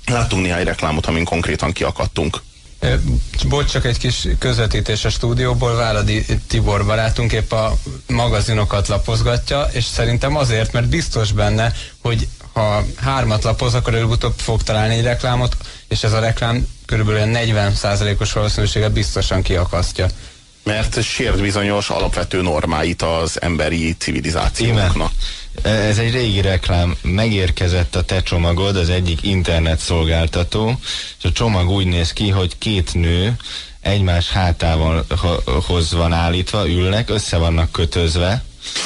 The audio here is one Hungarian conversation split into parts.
láttunk néhány reklámot, amin konkrétan kiakadtunk. Bocs, csak egy kis közvetítés a stúdióból. Váradi Tibor barátunk épp a magazinokat lapozgatja, és szerintem azért, mert biztos benne, hogy ha 3 lapoz, akkor előbb-utóbb fog találni egy reklámot, és ez a reklám körülbelül 40%-os valószínűséggel biztosan kiakasztja. Mert sért bizonyos alapvető normáit az emberi civilizációknak. Ez egy régi reklám. Megérkezett a te csomagod, az egyik internet szolgáltató, és a csomag úgy néz ki, hogy 2 nő egymás hátához van állítva, ülnek, össze vannak kötözve,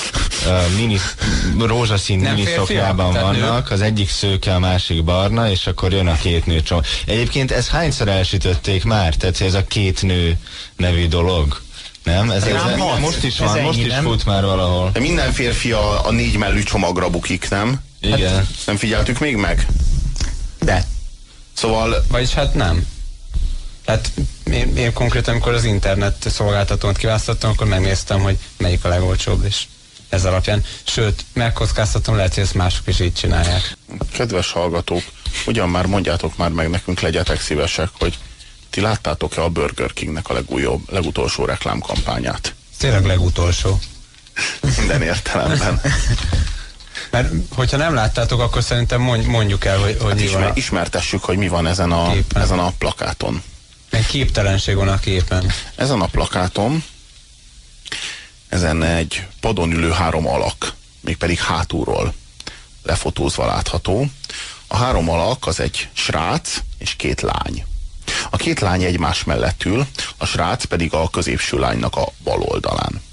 rózsaszín miniszoknyában vannak, az egyik szőke, a másik barna, és akkor jön a 2 nő csomag. Egyébként ezt hányszor elsütötték már? Tehát ez a 2 nő nevű dolog? Nem? Ez most is van, most is fut már valahol. De minden férfi a 4 mellű csomagra bukik, nem? Igen. Hát, nem figyeltük még meg? De. Szóval... Vagyis hát nem. Hát én konkrétan, amikor az internet szolgáltatót kiválasztottam, akkor megnéztem, hogy melyik a legolcsóbb, és ez alapján. Sőt, megkockáztatom, lehet, hogy ezt mások is így csinálják. Kedves hallgatók, ugyan már mondjátok már meg nekünk, legyetek szívesek, hogy ti láttátok-e a Burger Kingnek a legutolsó reklámkampányát? Tényleg legutolsó. Minden értelemben. Mert hogyha nem láttátok, akkor szerintem mondjuk el, hogy hát mi van. Ismertessük, hogy mi van ezen a plakáton. Egy képtelenség van a képen. Ezen a plakáton, ezen egy padon ülő 3 alak, mégpedig hátulról lefotózva látható. A 3 alak az egy srác és 2 lány. A 2 lány egymás mellett ül, a srác pedig a középső lánynak a bal oldalán.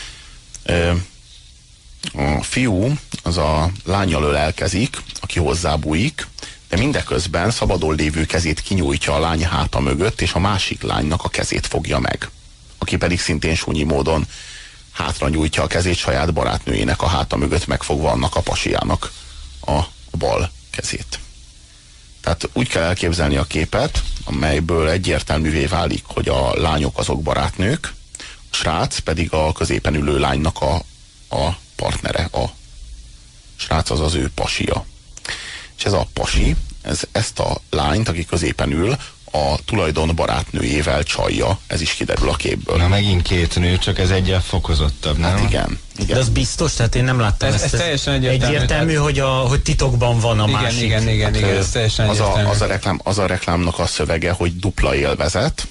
A fiú az a lánnyal ölelkezik, aki hozzábújik, de mindeközben szabadon lévő kezét kinyújtja a lány háta mögött, és a másik lánynak a kezét fogja meg. Aki pedig szintén súnyi módon hátra nyújtja a kezét saját barátnőjének a háta mögött, megfogva annak a pasiának a bal kezét. Tehát úgy kell elképzelni a képet, amelyből egyértelművé válik, hogy a lányok azok barátnők, a srác pedig a középen ülő lánynak a partnere. A srác az az ő pasia. És ez a pasi, ezt a lányt, aki középen ül, a tulajdon barátnőjével csalja, ez is kiderül a képből. Na megint 2 nő, csak ez egyel fokozottabb, nem? Hát igen. De az biztos, tehát én nem láttam ez teljesen egyértelmű, hogy titokban van a másik. Igen, ez teljesen egyértelmű. Az a reklámnak a szövege, hogy dupla élvezet.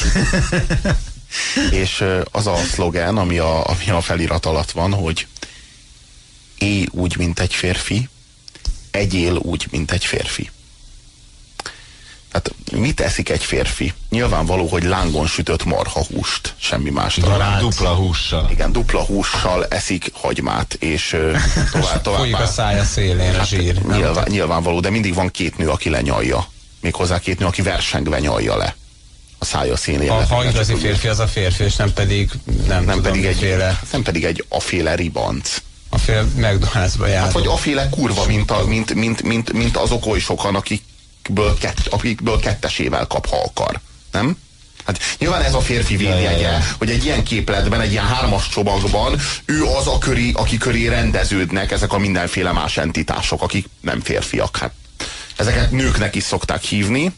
És az a szlogen, ami a felirat alatt van, hogy élj úgy, mint egy férfi, egyél úgy, mint egy férfi. Tehát mit eszik egy férfi? Nyilvánvaló, hogy lángon sütött marhahúst, semmi más. Dupla hússal. Igen, dupla hússal eszik hagymát, és tovább. Folyik a szája szélén a zsír. Nyilvánvaló, de mindig van 2 nő, aki lenyalja. Méghozzá 2 nő, aki versengve nyalja le a szája színén. Ha igazi férfi, az a férfi, és nem pedig nem pedig egy aféle ribanc. Aféle McDonald'sba jár. Hát, vagy aféle kurva, mint azok oly sokan, akikből 2-esével kap, ha akar. Nem? Hát nyilván ez a férfi védjegye, hogy egy ilyen képletben, egy ilyen 3-as csomagban ő az aki köré rendeződnek ezek a mindenféle más entitások, akik nem férfiak. Hát ezeket nőknek is szokták hívni,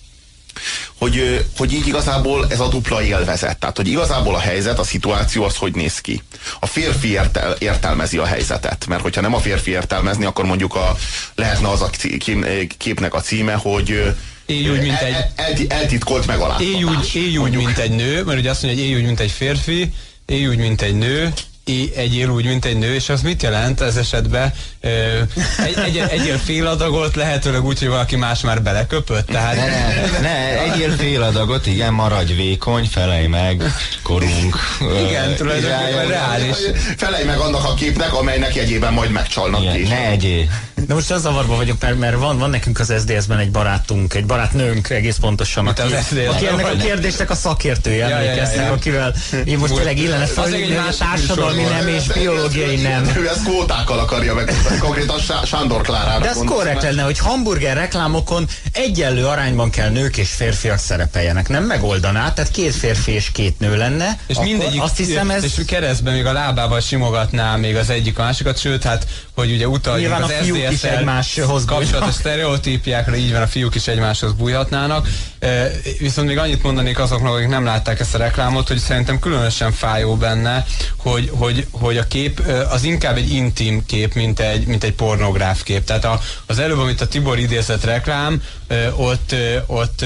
hogy így igazából ez a dupla élvezet. Tehát, hogy igazából a helyzet, a szituáció az hogy néz ki. A férfi értelmezi a helyzetet, mert hogyha nem a férfi értelmezni, akkor mondjuk lehetne az a képnek a címe, hogy élj úgy, mint eltitkolt megaláztatás. Élj úgy, mint egy nő, mert ugye azt mondja, hogy élj úgy, mint egy férfi, élj úgy, mint egy nő, egyél úgy, mint egy nő, és az mit jelent ez esetben? Egyél fél adagot, lehetőleg úgy, hogy valaki más már beleköpött, tehát... Ne, egyél fél adagot, igen, maradj vékony, felej meg, korunk. Igen, tulajdonképpen reális. Felej meg annak a képnek, amelynek jegyében majd megcsalnak is. Ne egyél. De most az zavarba vagyok, mert van nekünk az SZDSZ-ben egy barátunk, egy barátnőnk egész pontosan, aki ennek a kérdésnek a szakértője, emlékeztek, akivel én most tényleg illene felülni, a társadalmi nem és biológiai nem. Ő ezt kvótákkal akarja meg, konkrétan Sándor Klárára. De ez korrekt lenne, hogy hamburger reklámokon egyenlő arányban kell nők és férfiak szerepeljenek. Nem megoldaná, tehát 2 férfi és 2 nő lenne. És mindegyik, azt hiszem és keresztben még a lábával simogatná még az egyik a másikat, sőt, hát, hogy ugye utaljunk az SZDSZ is egymáshoz kapcsolatos sztereotípiákra, így van, a fiúk is egymáshoz bújhatnának. Viszont még annyit mondanék azoknak, akik nem látták ezt a reklámot, hogy szerintem különösen fájó benne, hogy a kép az inkább egy intim kép, mint egy pornográf kép. Tehát az előbb, amit a Tibor idézett reklám, ott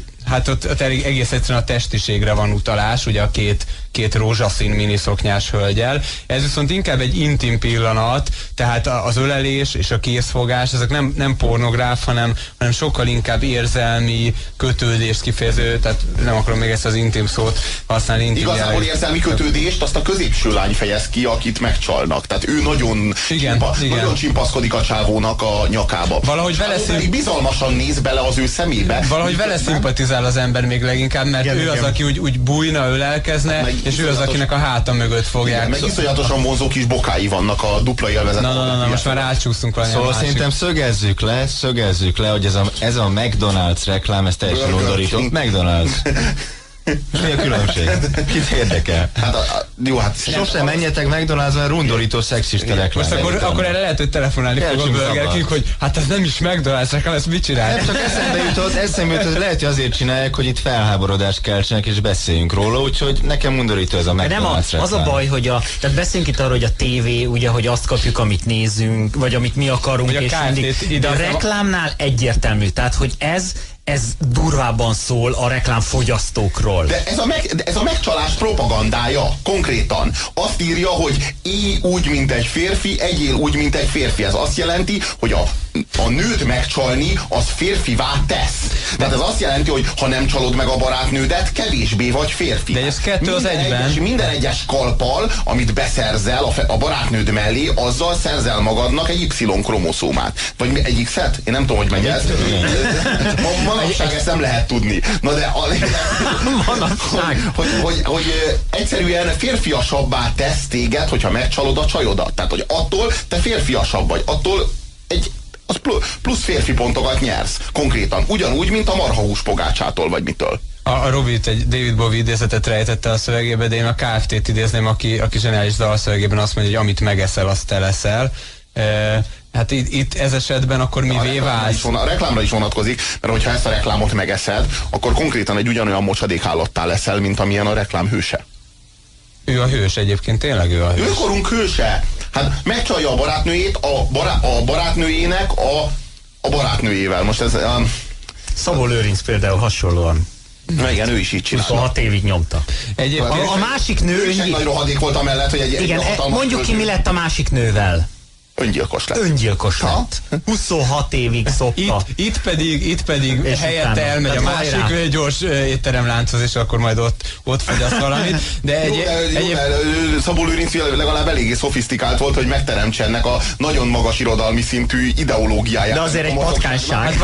egész egyszerűen a testiségre van utalás, ugye a két rózsaszín miniszoknyás hölgyel. Ez viszont inkább egy intim pillanat, tehát az ölelés és a készfogás, ezek nem pornográf, hanem sokkal inkább érzelmi kötődést kifejező, tehát nem akarom még ezt az intim szót használni. Igazából érzelmi kötődést azt a középső lány fejez ki, akit megcsalnak. Tehát ő nagyon csimpaszkodik a csávónak a nyakába. Valahogy vele pedig bizalmasan néz bele az ő szemébe. Valahogy vele szimpatizál az ember még leginkább, mert ő az, aki úgy bújna, ölelkezne, és ő az, akinek a háta mögött fogják. Igen, meg iszonyatosan vonzó kis bokái vannak a dupla élvezet. Na, most már rácsúsztunk valami. Szóval szerintem szögezzük le, hogy ez a McDonald's reklám, ez teljesen undorító. McDonald's. Mi a különbség? Kit érdekel? Sosem menjetek McDonald's-ban, rundorító szexista reklám. Most akkor erre lehet, hogy telefonálni fog a Burger, hogy hát ez nem is McDonald's reklám, ezt mit csinál? Nem, csak eszembe jutott, lehet, hogy azért csinálják, hogy itt felháborodást keltsenek és beszéljünk róla, úgyhogy nekem undorító ez a McDonald's reklám. Az a baj, hogy tehát beszéljünk itt arról, hogy a tévé, ugye, hogy azt kapjuk, amit nézünk, vagy amit mi akarunk, és mindig, de a reklámnál egyértelmű, tehát, hogy ez durvában szól a reklámfogyasztókról. De ez a megcsalás propagandája konkrétan. Azt írja, hogy élj úgy, mint egy férfi, egyél úgy, mint egy férfi. Ez azt jelenti, hogy a nőt megcsalni, az férfivá tesz. Tehát ez azt jelenti, hogy ha nem csalod meg a barátnődet, kevésbé vagy férfi. De ez kettő az egyben. Minden egyes kalppal, amit beszerzel a barátnőd mellé, azzal szerzel magadnak egy Y-kromoszómát. Vagy egy X-et? Én nem tudom, hogy megy ez. Manapság ezt nem lehet tudni. Na de hogy egyszerűen férfiasabbá tesz téged, hogyha megcsalod a csajodat. Tehát, hogy attól te férfiasabb vagy. Attól az plusz férfi pontokat nyersz. Konkrétan. Ugyanúgy, mint a marhahús pogácsától, vagy mitől. A Robit egy David Bowie idézetet rejtette a szövegébe, de én a Kft-t idézném, aki zseniális dalszövegében azt mondja, hogy amit megeszel, azt te leszel. Hát itt ez esetben akkor mivé válsz? A reklámra is vonatkozik, mert hogyha ezt a reklámot megeszed, akkor konkrétan egy ugyanolyan mocsadékállattá leszel, mint amilyen a reklám hőse. Ő a hős egyébként, tényleg ő a hős. Őkorunk hőse. Hát megcsalja a barátnőjét a barátnőjének a barátnőjével. Most ez... Szabó Lőrinc például hasonlóan. Na igen, ő is így csinálta. 26 évig nyomta. A másik nő... Ő is egy nagy rohadék volt amellett, hogy igen, mondjuk ki, mi lett a másik nővel. Öngyilkos lett. Öngyilkos lett. 26 évig szopta. Itt pedig helyette elmegy a másik gyors étteremlánchoz, és akkor majd ott fogyaszt valamit. De Szabó Lőrinc legalább eléggé szofisztikált volt, hogy megteremtse ennek a nagyon magas irodalmi szintű ideológiáját. De azért egy patkányság.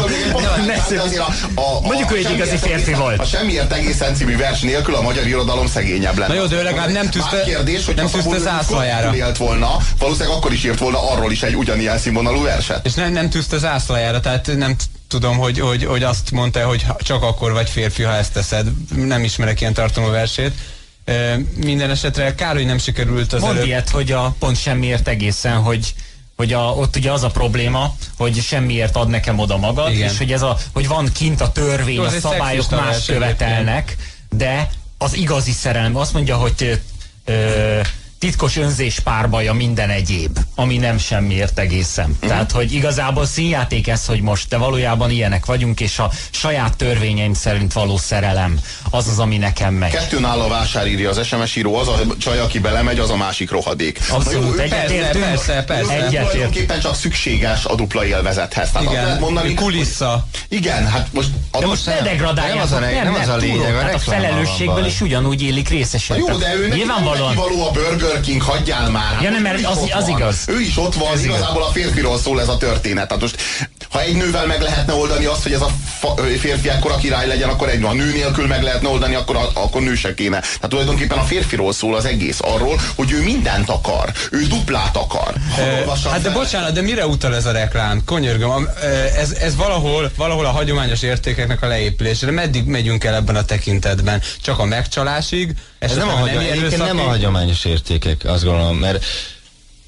Mondjuk, hogy egy igazi férfi volt. A Semmiért egészen című vers nélkül a magyar irodalom szegényebb lenne. Na jó, de ő legalább nem tűzte zászlajára. Élt volna, valószínűleg akkor is írt volna arról is egy ugyanilyen színvonalú verset. És nem tűzte zászlajára, tehát nem tudom, hogy azt mondta, hogy csak akkor vagy férfi, ha ezt teszed. Nem ismerek ilyen tartalmú versét. Minden esetre kár, hogy nem sikerült az Mondd ilyet, hogy pont Semmiért egészen, hogy ott ugye az a probléma, hogy semmiért ad nekem oda magad, igen. És hogy van kint a törvény, jó, a szabályok más követelnek, de az igazi szerelem azt mondja, hogy titkos önzés párbaja minden egyéb, ami nem semmiért egészen. Tehát, hogy igazából színjáték ez, hogy most, de valójában ilyenek vagyunk, és a saját törvényeim szerint való szerelem az, ami nekem megy. Kettőn áll a vásár, írja az SMS író, az a csaj, aki belemegy, az a másik rohadék. Abszolút, egyetértünk. Persze. Tulajdonképpen csak szükséges a dupla élvezethez. Tehát igen, mondani, kulissza. Igen, hát most... De most ne degradálják. Nem az a lényeg. Hát a felelősségből is ugyanúgy élik részesen. Jó, de ő neki való a Burger King, hagyjál már. Ja nem, mert az igaz. Ő is ott van, igazából a férfiról szól ez a történet. Tehát most, ha egy nővel meg lehetne oldani azt, hogy ez a férfi ekkora király legyen, akkor egy, ha nő nélkül meg lehetne oldani, akkor nő se kéne. Tehát tulajdonképpen a férfiról szól az egész, arról, hogy ő mindent akar. Ő duplát akar. Hát de bocsánat, de mire utal ez a reklám? Konyörgöm, ez valahol a hagyományos értékeknek a leépülésére. Meddig megyünk el ebben a tekintetben? Csak a megcsalásig? Ez nem a hagyományos értékek, azt gondolom, mert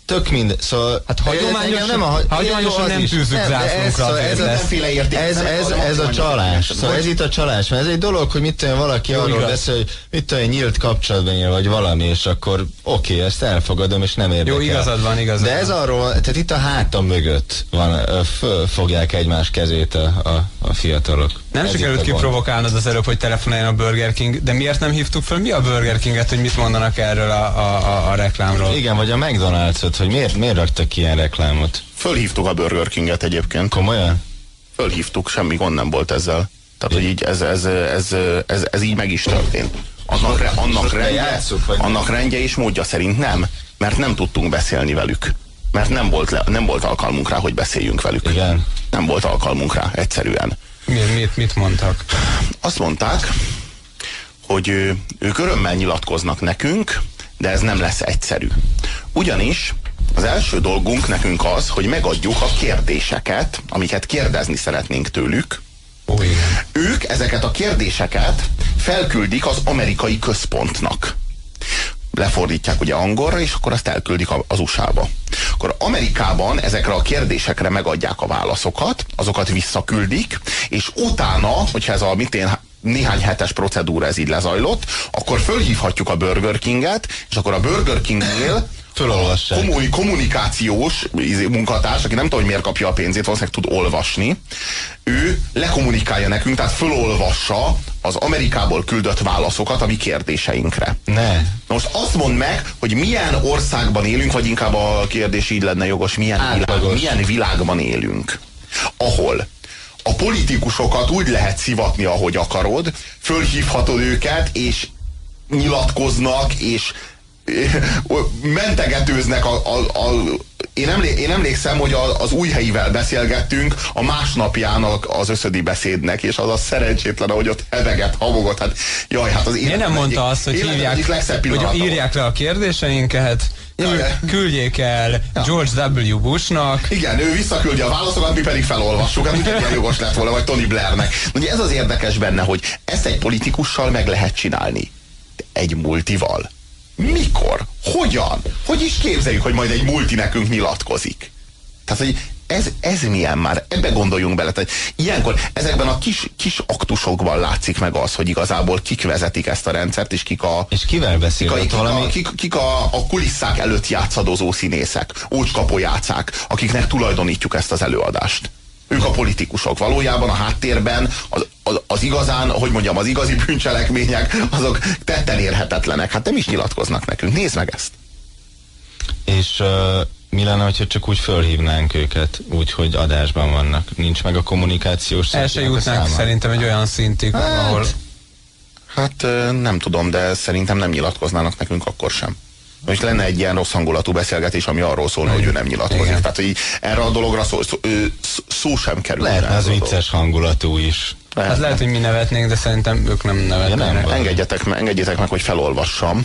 tök minden, szóval... Hát hagyományosan nem tűzzük zászlónkra. Ez a csalás. Szóval ez itt a csalás. Mert ez egy dolog, hogy mit tudom, valaki arról beszél, hogy mit tudom, nyílt kapcsolatban él, vagy valami, és akkor oké, ezt elfogadom, és nem érdekel. Jó, igazad van. De ez arról, tehát itt a hátam mögött fogják egymás kezét a fiatalok. Nem sikerült kiprovokálnod az előbb, hogy telefonáljon a Burger King, de miért nem hívtuk fel mi a Burger Kinget, hogy mit mondanak erről a reklámról? Igen, vagy a McDonald's-ot, hogy miért raktak ki ilyen reklámot? Fölhívtuk a Burger Kinget egyébként. Komolyan? Fölhívtuk, semmi gond nem volt ezzel. Tehát, hogy így ez így meg is történt. Annak rendje és módja szerint nem, mert nem tudtunk beszélni velük. Mert nem volt alkalmunk rá, hogy beszéljünk velük. Igen. Nem volt alkalmunk rá, egyszerűen. Mit mondtak? Azt mondták, hogy ők örömmel nyilatkoznak nekünk, de ez nem lesz egyszerű. Ugyanis az első dolgunk nekünk az, hogy megadjuk a kérdéseket, amiket kérdezni szeretnénk tőlük. Igen. Ők ezeket a kérdéseket felküldik az amerikai központnak. Lefordítják ugye angolra, és akkor azt elküldik az USA-ba. Akkor Amerikában ezekre a kérdésekre megadják a válaszokat, azokat visszaküldik, és utána, hogyha ez a néhány hetes procedúra ez így lezajlott, akkor fölhívhatjuk a Burger Kinget, és akkor a Burger Kingnél a komoly kommunikációs munkatárs, aki nem tudom, hogy miért kapja a pénzét, valószínűleg tud olvasni, ő lekommunikálja nekünk, tehát fölolvassa az Amerikából küldött válaszokat a mi kérdéseinkre. Ne. Most azt mondd meg, hogy milyen országban élünk, vagy inkább a kérdés így lenne jogos, milyen világban élünk, ahol a politikusokat úgy lehet szivatni, ahogy akarod, fölhívhatod őket, és nyilatkoznak, és mentegetőznek én emlékszem, hogy az Újhelyivel beszélgettünk a másnapján az összödi beszédnek, és az a szerencsétlen, ahogy ott heveget, havogott, hát jaj, hát az én nem mondta azt, hogy írják le a kérdéseinket, küldjék el George W. Bushnak. Igen, ő visszaküldi a válaszokat, mi pedig felolvassuk, hát ilyen jogos lett volna, vagy Tony Blairnek. Ugye ez az érdekes benne, hogy ezt egy politikussal meg lehet csinálni. Egy multival. Mikor? Hogyan? Hogy is képzeljük, hogy majd egy multi nekünk nyilatkozik? Tehát, hogy ez milyen már? Ebbe gondoljunk bele. Tehát ilyenkor ezekben a kis aktusokban látszik meg az, hogy igazából kik vezetik ezt a rendszert, és és kivel beszélnek valami? Kik a kulisszák előtt játszadozó színészek, ócskapolyácák, akiknek tulajdonítjuk ezt az előadást. Ők a politikusok. Valójában a háttérben az igazán, hogy mondjam, az igazi bűncselekmények, azok tetten érhetetlenek. Hát nem is nyilatkoznak nekünk. Nézd meg ezt! És mi lenne, hogyha csak úgy fölhívnánk őket, úgy, hogy adásban vannak? Nincs meg a kommunikációs el se jutnánk szerintem egy olyan szintig, ahol... Hát nem tudom, de szerintem nem nyilatkoznának nekünk akkor sem. Most lenne egy ilyen rossz hangulatú beszélgetés, ami arról szólna, hogy ő nem nyilatkozik. Igen. Tehát, hogy erre a dologra szó sem kerül. Lehet az vicces hangulatú is. Hát lehet, hogy mi nevetnénk, de szerintem ők nem nevetnének. Engedjétek meg, hogy felolvassam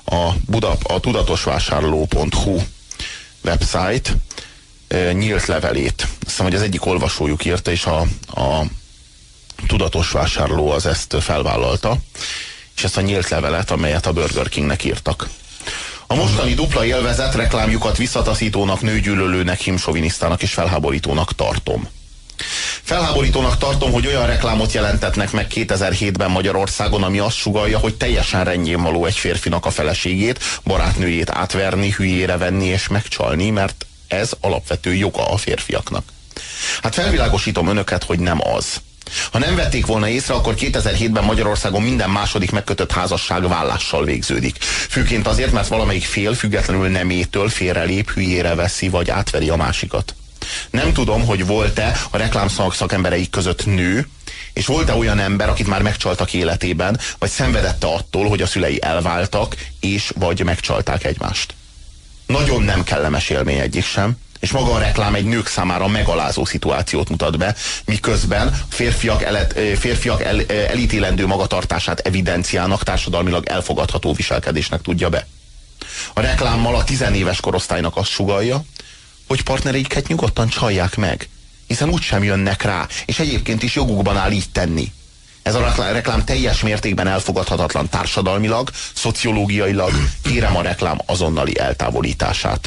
a tudatosvásárló.hu website nyílt levelét. Azt hiszem, hogy az egyik olvasójuk írta, és a tudatos vásárló az ezt felvállalta, és ezt a nyílt levelet, amelyet a Burger Kingnek írtak. A mostani dupla élvezet reklámjukat visszataszítónak, nőgyűlölőnek, himsovinisztának és felháborítónak tartom. Felháborítónak tartom, hogy olyan reklámot jelentetnek meg 2007-ben Magyarországon, ami azt sugallja, hogy teljesen rendjén való egy férfinak a feleségét, barátnőjét átverni, hülyére venni és megcsalni, mert ez alapvető joga a férfiaknak. Hát felvilágosítom önöket, hogy nem az. Ha nem vették volna észre, akkor 2007-ben Magyarországon minden második megkötött házasság vállással végződik. Főként azért, mert valamelyik fél függetlenül nemétől félrelép, hülyére veszi vagy átveri a másikat. Nem tudom, hogy volt-e a reklámszakembereik között nő, és volt-e olyan ember, akit már megcsaltak életében, vagy szenvedette attól, hogy a szülei elváltak, és vagy megcsalták egymást. Nagyon nem kellemes élmény egyik sem, és maga a reklám egy nők számára megalázó szituációt mutat be, miközben a férfiak elítélendő magatartását evidenciának, társadalmilag elfogadható viselkedésnek tudja be. A reklámmal a 10 éves korosztálynak azt sugallja, hogy partnereiket nyugodtan csalják meg, hiszen úgysem jönnek rá, és egyébként is jogukban áll így tenni. Ez a reklám teljes mértékben elfogadhatatlan társadalmilag, szociológiailag, kérem a reklám azonnali eltávolítását.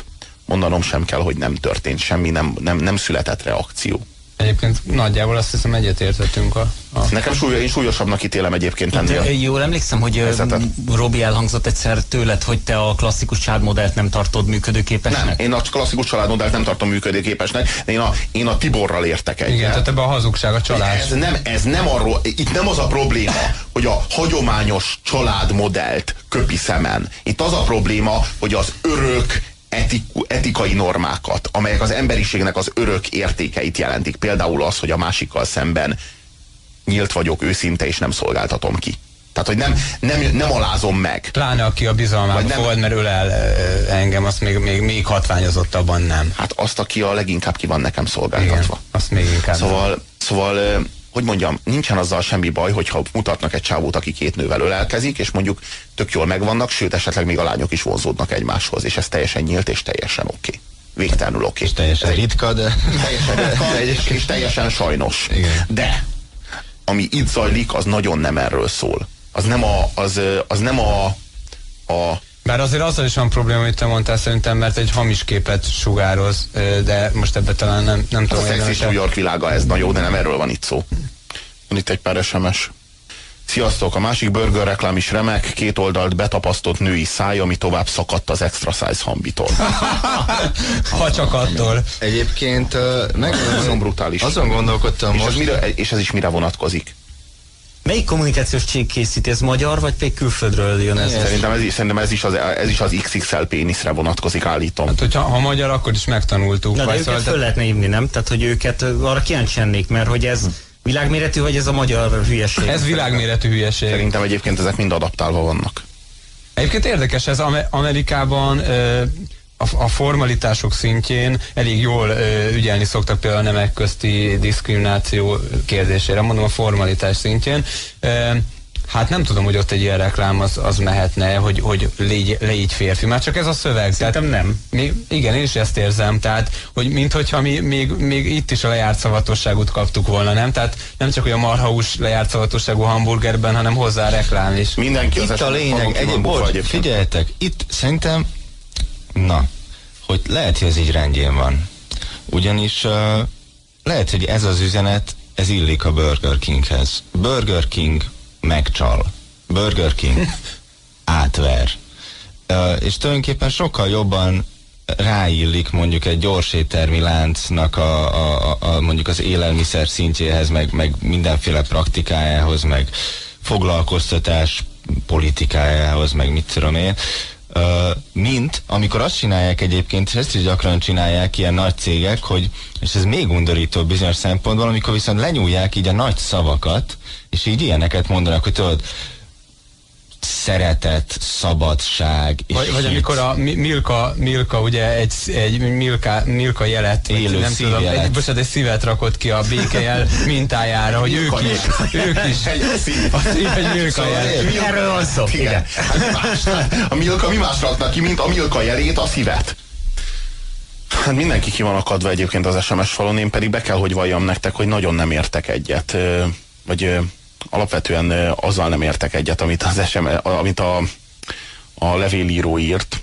mondanom sem kell, hogy nem történt semmi, nem született reakció. Egyébként nagyjából azt hiszem egyetértettünk Nekem én súlyosabbnak ítélem egyébként ennél. Jól emlékszem, hogy Robi elhangzott egyszer tőled, hogy te a klasszikus családmodellt nem tartod működőképesnek? Nem, én a klasszikus családmodellt nem tartom működőképesnek, de én a Tiborral értek egyet. Igen, tehát ebben a hazugság, a csalás. Ez nem arról, itt nem az a probléma, hogy a hagyományos családmodellt köpi szemen. Itt az a probléma, hogy az örök etikai normákat, amelyek az emberiségnek az örök értékeit jelentik. Például az, hogy a másikkal szemben nyílt vagyok, őszinte, és nem szolgáltatom ki. Tehát, hogy nem alázom meg. Pláne aki a bizalmába fogad, mert ölel engem, azt még hatványozottabban nem. Hát azt, aki a leginkább ki van nekem szolgáltatva. Igen, azt még inkább. Szóval hogy mondjam, nincsen azzal semmi baj, hogyha mutatnak egy csávót, aki két nővel ölelkezik, és mondjuk tök jól megvannak, sőt, esetleg még a lányok is vonzódnak egymáshoz, és ez teljesen nyílt, és teljesen oké. Végtelenül oké. És teljesen ritka, de... Teljesen ritka, és teljesen sajnos. Igen. De, ami itt zajlik, az nagyon nem erről szól. Az nem a Bár azért azzal is van probléma, amit te mondtál szerintem, mert egy hamis képet sugároz, de most ebbe talán nem tudom. A szexis New York világa ez, na jó, de nem erről van itt szó. Van itt egy pár SMS. Sziasztok, a másik burger reklám is remek, két oldalt betapasztott női száj, ami tovább szakadt az extra size hambitól. Ha csak attól. Egyébként nagyon brutális. Azon gondolkodtam és most. És ez is mire vonatkozik? Melyik kommunikációs cég készít? Ez magyar, vagy pedig külföldről jön ez? Szerintem ez is az XXL péniszre vonatkozik, állítom. Hát, hogyha ha magyar, akkor is megtanultuk. Na, de őket föl lehetne hívni, nem? Tehát, hogy őket arra kíváncsi lennék, mert hogy ez világméretű, vagy ez a magyar hülyeség? Ez világméretű hülyeség. Szerintem egyébként ezek mind adaptálva vannak. Egyébként érdekes, ez Amerikában a formalitások szintjén elég jól ügyelni szoktak például a nemek közti diszkrimináció kérdésére, mondom a formalitás szintjén. Hát nem tudom, hogy ott egy ilyen reklám az mehetne, hogy légy férfi. Már csak ez a szöveg. Szerintem tehát, nem. Igen, én is ezt érzem. Tehát, hogy minthogyha mi még itt is a lejárt szavatosságot kaptuk volna, nem? Tehát nem csak, hogy a marhahús lejárt szavatosságú hamburgerben, hanem hozzá reklám is. Mindenki itt a lényeg, egyébként figyeljetek, itt szerintem hogy lehet, hogy ez így rendjén van. Ugyanis lehet, hogy ez az üzenet, ez illik a Burger Kinghez. Burger King megcsal. Burger King átver. És tulajdonképpen sokkal jobban ráillik mondjuk egy gyorséttermi láncnak mondjuk az élelmiszer szintjéhez, meg mindenféle praktikájához, meg foglalkoztatás politikájához, meg mit tudom én, mint amikor azt csinálják egyébként, és ezt is gyakran csinálják ilyen nagy cégek, hogy, és ez még undorító bizonyos szempontból, amikor viszont lenyúlják így a nagy szavakat, és így ilyeneket mondanak, hogy tudod, szeretet, szabadság, és vagy amikor a Milka ugye egy Milka jelet, élő nem tudom, egy szívet rakott ki a békejel mintájára, hogy ők is a szív egy Milka jelet. Erről van szó. Igen. A Milka mi más raknak ki, mint a Milka jelét, a szívet. Hát mindenki ki van akadva egyébként az SMS falon, én pedig be kell, hogy valljam nektek, hogy nagyon nem értek egyet. Vagy alapvetően azzal nem értek egyet, amit a levélíró írt,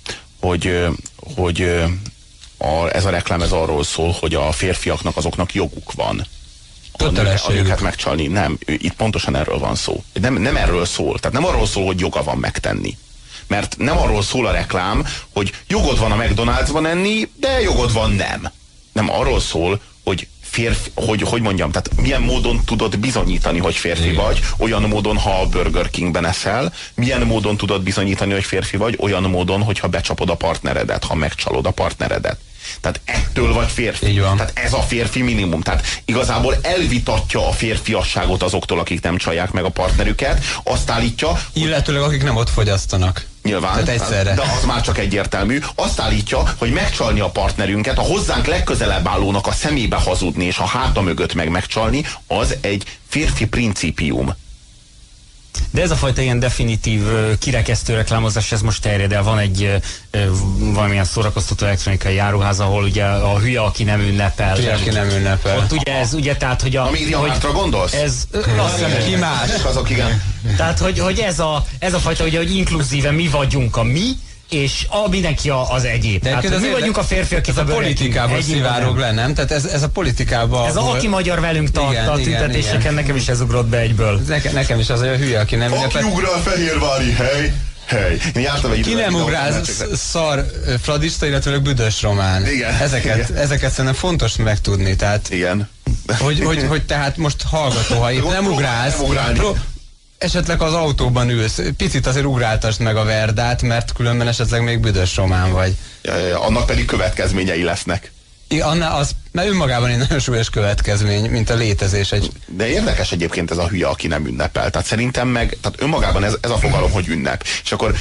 hogy ez a reklám ez arról szól, hogy a férfiaknak azoknak joguk van a nőket megcsalni. Nem, itt pontosan erről van szó. Nem erről szól. Tehát nem arról szól, hogy joga van megtenni. Mert nem arról szól a reklám, hogy jogod van a McDonald'sban enni, de jogod van nem. Nem arról szól, hogy hogy mondjam, tehát milyen módon tudod bizonyítani, hogy férfi vagy, olyan módon, ha a Burger Kingben eszel, milyen módon tudod bizonyítani, hogy férfi vagy, olyan módon, hogyha becsapod a partneredet, ha megcsalod a partneredet. Tehát ettől vagy férfi. Tehát ez a férfi minimum. Tehát igazából elvitatja a férfiasságot azoktól, akik nem csalják meg a partnerüket, azt állítja... Illetőleg akik nem ott fogyasztanak. Nyilván, de az már csak egyértelmű. Azt állítja, hogy megcsalni a partnerünket, a hozzánk legközelebb állónak a szemébe hazudni, és a háta mögött megcsalni, az egy férfi principium. De ez a fajta ilyen definitív kirekesztő reklámozás, ez most terjed el. Van egy valamilyen szórakoztató elektronikai járuház, ahol ugye a hülye, aki nem ünnepel. Hülye, aki nem ünnepel. Ott ugye ez, ugye, tehát, hogy a MediaMarktra gondolsz? Ez, ki más? Azok, igen. Tehát, hogy ez a fajta, ugye, hogy inkluzíve mi vagyunk a mi, és mindenki az egyéb. Tehát mi vagyunk a férfiak, ez a politikából szivárog le, nem? Tehát ez a politikában... Ez aki magyar velünk tartta a tüntetéseken, nekem is ez ugrott be egyből. Nekem is az a hülye, aki nem... Aki ugrál a fehérvári hely! Hely. Ki nem ugrál szar fradista, illetve büdös román. Igen. Ezeket szerintem fontos megtudni. Tehát, igen. Hogy tehát most hallgató, ha itt nem ugrálsz, esetleg az autóban ülsz, picit azért ugráltasd meg a verdát, mert különben esetleg még büdös román vagy. Annak pedig következményei lesznek. Mert önmagában egy nagyon súlyos következmény, mint a létezés. De érdekes egyébként ez a hülye, aki nem ünnepel. Tehát szerintem tehát önmagában ez a fogalom, hogy ünnep. És akkor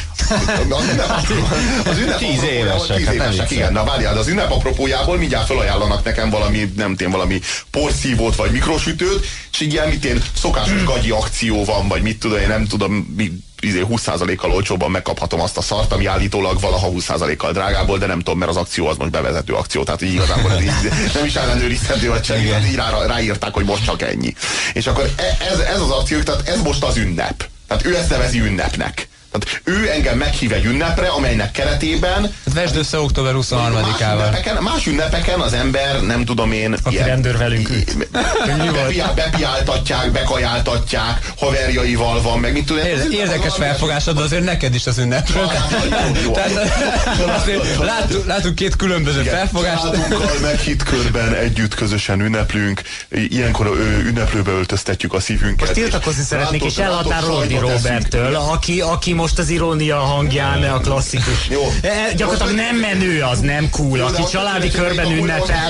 az ünnep 10 évesek, igen. Na várjál, de az ünnep apropójából mindjárt felajánlanak nekem valami porszívót vagy mikrosütőt, és így ilyen szokásos gagyi akció van, vagy mit tudom, én nem tudom, 20%-kal olcsóbban megkaphatom azt a szart, ami állítólag valaha 20%-kal drágából, de nem tudom, mert az akció az most bevezető akció, tehát így igazából ez így nem is ellenőrizhető, vagy csak így ráírták, hogy most csak ennyi. És akkor ez az akció, tehát ez most az ünnep. Tehát ő ezt nevezi ünnepnek. Tehát ő engem meghív egy ünnepre, amelynek keretében... Vesd össze október 23-ával. Más ünnepeken az ember, nem tudom én... Aki rendőr velünk bepiáltatják, bekajáltatják, haverjaival van, meg mit tudom... Érdekes felfogásod, de azért neked is az ünnepről. Látunk két különböző felfogást. Családunkkal meghitt körben együtt közösen ünneplünk, ilyenkor ünneplőbe öltöztetjük a szívünket. Most tiltakozni szeretnék, és elhatárolódni Roberttől, aki most az irónia hangján a klasszikus. Gyakorlatilag nem menő, az nem cool. Aki családi körben ünnepel,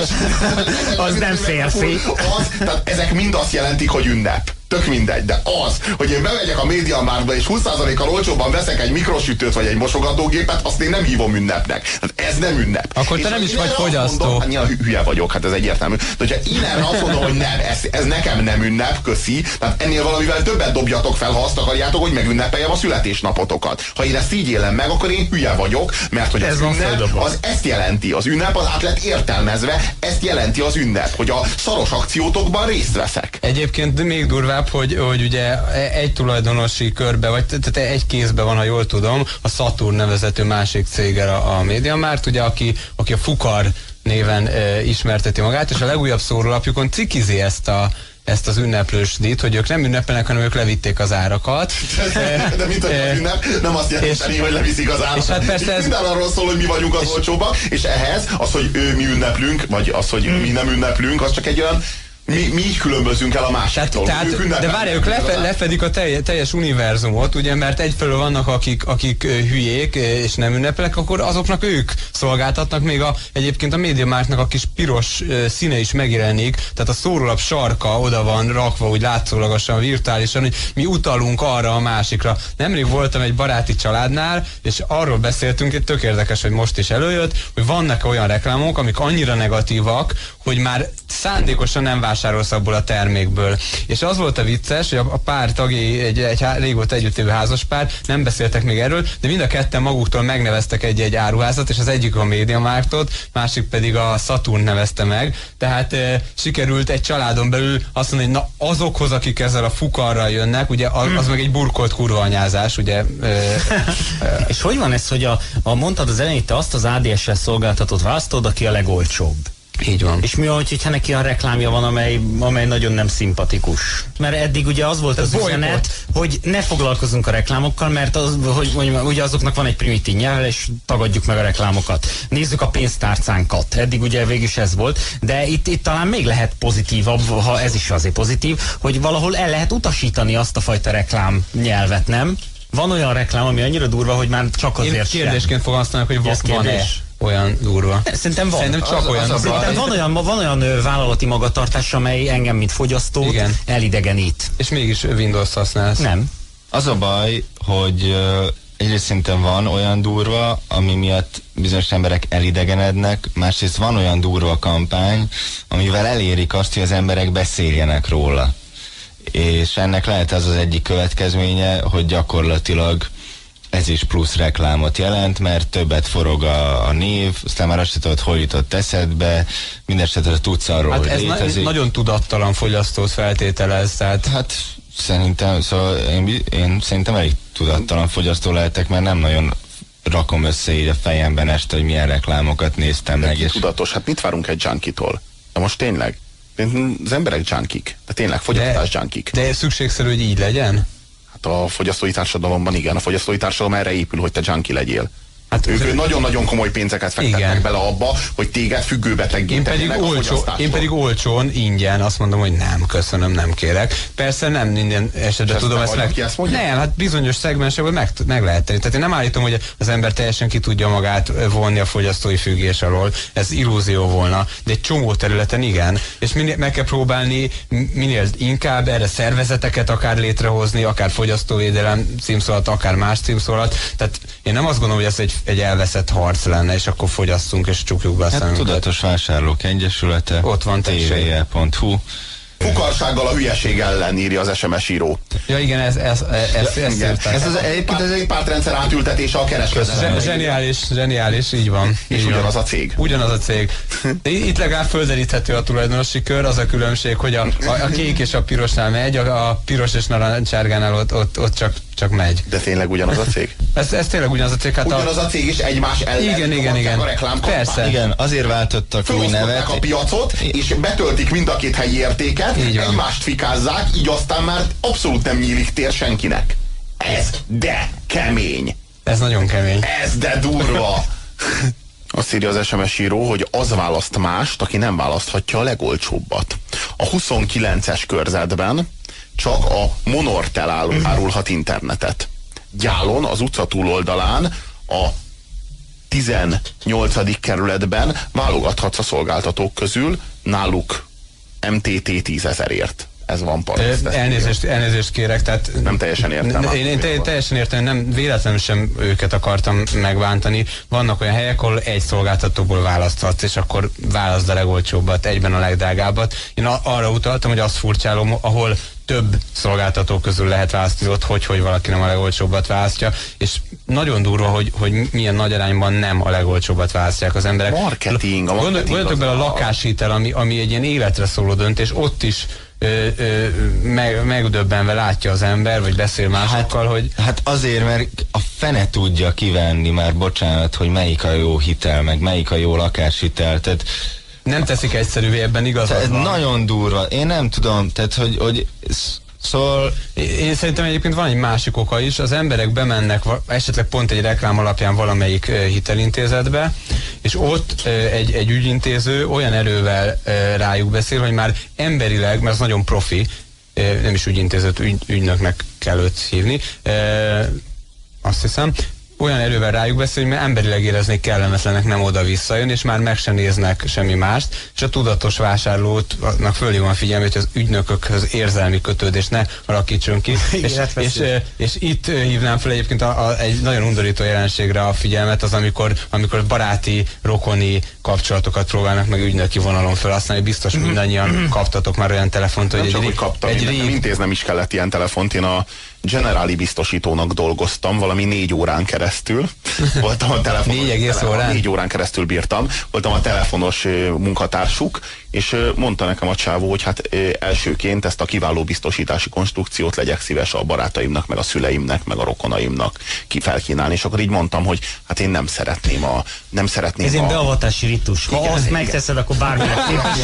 az nem férfi. Tehát ezek mind azt jelentik, hogy ünnep. Tök mindegy, de az, hogy én bemegyek a MediaMarktba és 20%-kal olcsóbban veszek egy mikrosütőt vagy egy mosogatógépet, azt én nem hívom ünnepnek. Tehát ez nem ünnep. Akkor te nem is vagy fogyasztó. Hát nyilván hülye vagyok, hát ez egyértelmű. De hogyha én erre azt mondom, hogy nem, ez nekem nem ünnep, köszi, tehát ennél valamivel többet dobjatok fel, ha azt akarjátok, hogy megünnepeljem a születésnapotokat. Ha én ezt így élem meg, akkor én hülye vagyok, mert hogy az ünnep, az ezt jelenti. Az ünnep az át lett értelmezve, ezt jelenti az ünnep, hogy a szaros akciótokban részt veszek. Egyébként még durvább, hogy ugye egy tulajdonosi körbe, vagy tehát egy kézben van, ha jól tudom, a Saturn nevezető másik céggel a MediaMarkt, ugye, aki a Fukar néven ismerteti magát, és a legújabb szórólapjukon cikizi ezt az ünneplős díjt, hogy ők nem ünnepelnek, hanem ők levitték az árakat. De mint hogy az ünnep nem azt jelenteni, hogy leviszik az árakat. És hát persze ez... Minden arról szól, hogy mi vagyunk az olcsóbbak, és ehhez az, hogy mi ünneplünk, vagy az, hogy mi nem ünneplünk, az csak egy olyan mi így különbözünk el a másiktól. De várj, ők lefedik a teljes univerzumot, ugye, mert egyfelől vannak, akik hülyék és nem ünnepelek, akkor azoknak ők szolgáltatnak, még egyébként a MediaMarktnak a kis piros színe is megjelenik, tehát a szórólap sarka oda van rakva, úgy látszólagosan, virtuálisan, hogy mi utalunk arra a másikra. Nemrég voltam egy baráti családnál, és arról beszéltünk, hogy tök érdekes, hogy most is előjött, hogy vannak olyan reklámok, amik annyira negatívak, hogy már szándékosan nem vásárolsz abból a termékből. És az volt a vicces, hogy a pár tagja, egy régóta együtt élő házaspár, nem beszéltek még erről, de mind a ketten maguktól megneveztek egy áruházat, és az egyik a MediaMarktot, másik pedig a Saturn nevezte meg. Tehát sikerült egy családon belül azt mondani, hogy na azokhoz, akik ezzel a Fukarral jönnek, ugye az meg egy burkolt kurvanyázás, ugye. És hogy van ez, hogy mondtad az elején, te azt az ADSL szolgáltatót választod, aki a legolcsóbb? Így van. És mi van, hogyha neki a reklámja van, amely nagyon nem szimpatikus? Mert eddig ugye az volt az üzenet, hogy ne foglalkozunk a reklámokkal, mert ugye azoknak van egy primitív nyelv, és tagadjuk meg a reklámokat. Nézzük a pénztárcánkat. Eddig ugye végül is ez volt, de itt talán még lehet pozitívabb, ha ez is azért pozitív, hogy valahol el lehet utasítani azt a fajta reklám nyelvet, nem? Van olyan reklám, ami annyira durva, hogy már csak azért sem. Kérdésként fogalmaztanak, hogy van-e olyan durva. Szerintem van. Szerintem csak olyan. Szerintem van olyan vállalati magatartás, amely engem, mint fogyasztót elidegenít. És mégis Windows használsz. Nem. Az a baj, hogy egyrészt szerintem van olyan durva, ami miatt bizonyos emberek elidegenednek, másrészt van olyan durva kampány, amivel elérik azt, hogy az emberek beszéljenek róla. És ennek lehet az egyik következménye, hogy gyakorlatilag ez is plusz reklámot jelent, mert többet forog a név, aztán már azt se tudod, hol jutott eszedbe, mindesetre tudsz arról, hát ez létezik. Nagyon tudattalan fogyasztót feltételez, tehát... Hát szerintem, szóval én szerintem elég tudattalan fogyasztó lehetek, mert nem nagyon rakom össze így a fejemben este, hogy milyen reklámokat néztem meg. És tudatos, hát mit várunk egy junkitól? De most tényleg? Az emberek junkik, de tényleg fogyasztás junkik. De szükségszerű, hogy így legyen? Hát a fogyasztói társadalomban igen, a fogyasztói társadalom erre épül, hogy te junkie legyél. Hát ők nagyon-nagyon komoly pénzeket fektetnek bele abba, hogy téged függőbeteggé tegyenek a fogyasztástól. Én pedig olcsón, ingyen azt mondom, hogy nem, köszönöm, nem kérek. Persze nem minden esetben tudom ezt meg... Nem, hát bizonyos szegmensekből meg lehet tenni. Tehát én nem állítom, hogy az ember teljesen ki tudja magát vonni a fogyasztói függés alól. Ez illúzió volna, de egy csomó területen igen. És meg kell próbálni minél inkább erre szervezeteket akár létrehozni, akár fogyasztóvédelem címszó alatt, akár más címszó alatt. Tehát én nem azt gondolom, hogy ez egy elveszett harc lenne, és akkor fogyasszunk, és csukjuk be a szemünket. Tudatos Vásárlók Egyesülete, ott van, tvl.hu. Fukarsággal a hülyeség ellen, írja az SMS író. Ja igen, ez egyébként ez egy pártrendszer átültetése a kereskedelemben. Zseniális, így van. És így ugyanaz van. a cég. Ugyanaz a cég. De itt legalább földeríthető a tulajdonosi kör, az a különbség, hogy a kék és a pirosnál megy, a piros és narancsárgánál ott csak megy. De tényleg ugyanaz a cég? Ez tényleg ugyanaz a cég. Hát ugyanaz a cég is egymás ellen igen. a reklámkampányt. Persze. Igen, azért váltottak új nevet. a piacot, és betöltik mind a két helyi értéket, egymást fikázzák, így aztán már abszolút nem nyílik tér senkinek. Ez de kemény. Ez nagyon kemény. Ez de durva. Azt írja az SMS író, hogy az választ mást, aki nem választhatja a legolcsóbbat. A 29-es körzetben csak a Monortel árulhat internetet. Gyálon, az utca túloldalán, a 18. kerületben válogathatsz a szolgáltatók közül, náluk MTT 10 000-ért. Ez van paraszt. Elnézést kérek, tehát... Nem teljesen értem. Én teljesen értem, nem véletlenül sem őket akartam megbántani. Vannak olyan helyek, ahol egy szolgáltatóból választhatsz, és akkor válaszd a legolcsóbbat, egyben a legdrágábbat. Én arra utaltam, hogy azt furcsálom, ahol több szolgáltató közül lehet választani ott, hogy valaki nem a legolcsóbbat választja, és nagyon durva, hogy milyen nagy arányban nem a legolcsóbbat választják az emberek. Marketing. Gondoljatok bele a lakáshitel, ami egy ilyen életre szóló döntés, ott is megdöbbenve látja az ember, vagy beszél másokkal, hogy... Hát azért, mert a fene tudja kivenni már, bocsánat, hogy melyik a jó hitel, meg melyik a jó lakáshitel, tehát nem teszik egyszerűvé, ebben igazad van. Nagyon durva. Én nem tudom, tehát, hogy szóval... Én szerintem egyébként van egy másik oka is. Az emberek bemennek esetleg pont egy reklám alapján valamelyik hitelintézetbe, és ott egy ügyintéző olyan erővel rájuk beszél, hogy már emberileg, mert az nagyon profi, nem is ügyintézőt, ügynöknek kell őt hívni, azt hiszem, olyan erővel rájuk beszél, hogy emberileg éreznék kellemetlenek, nem oda-visszajön, és már meg sem néznek semmi mást, és a tudatos vásárlónak fölhívom a figyelmét, hogy az ügynökökhöz érzelmi kötődést ne alakítson ki. és itt hívnám fel egyébként egy nagyon undorító jelenségre a figyelmet, az amikor baráti, rokoni kapcsolatokat próbálnak meg ügynöki vonalon felhasználni. Biztos mindannyian kaptatok már olyan telefont, hogy nem nekem intéznem is kellett ilyen telefont. Én a Generali biztosítónak dolgoztam valami 4 órán keresztül. Voltam a telefonos. 4 órán keresztül bírtam. Voltam a telefonos munkatársuk, és mondta nekem a csávó, hogy hát elsőként ezt a kiváló biztosítási konstrukciót legyek szíves a barátaimnak, meg a szüleimnek, meg a rokonaimnak felkínálni. És akkor így mondtam, hogy hát én nem szeretném Ez egy beavatási ritus. Ha azt megteszed, akkor bármilyen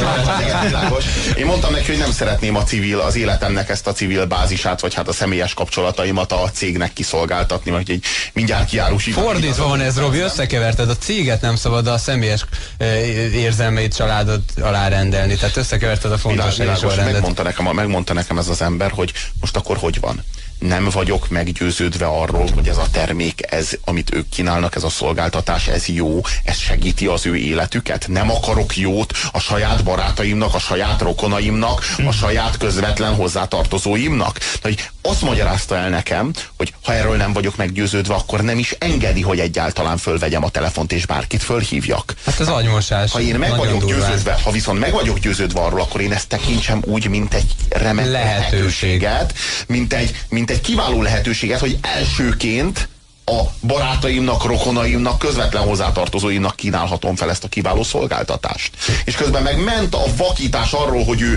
Én mondtam neki, hogy nem szeretném az életemnek ezt a civil bázisát, vagy hát a személyes kapcsolataimat a cégnek kiszolgáltatni, vagy egy mindjárt kiárusítani. Fordítva van ez, Robi, összekeverted, a céget nem szabad, a személyes érzelmeit, családot alárendelni, tehát összekeverted a fontossági sorrendet. Megmondta nekem ez az ember, hogy most akkor hogy van? Nem vagyok meggyőződve arról, hogy ez a termék, amit ők kínálnak, ez a szolgáltatás, ez jó, ez segíti az ő életüket. Nem akarok jót a saját barátaimnak, a saját rokonaimnak, a saját közvetlen hozzátartozóimnak. Hogy azt magyarázta el nekem, hogy ha erről nem vagyok meggyőződve, akkor nem is engedi, hogy egyáltalán fölvegyem a telefont és bárkit fölhívjak. Hát az agymosás. Ha én meg vagyok győződve, ha viszont meg vagyok győződve arról, akkor én ezt tekintsem úgy, mint egy remek lehetőséget, mint egy kiváló lehetőséget, hogy elsőként a barátaimnak, rokonaimnak, közvetlen hozzátartozóimnak kínálhatom fel ezt a kiváló szolgáltatást. És közben meg ment a vakítás arról, hogy ő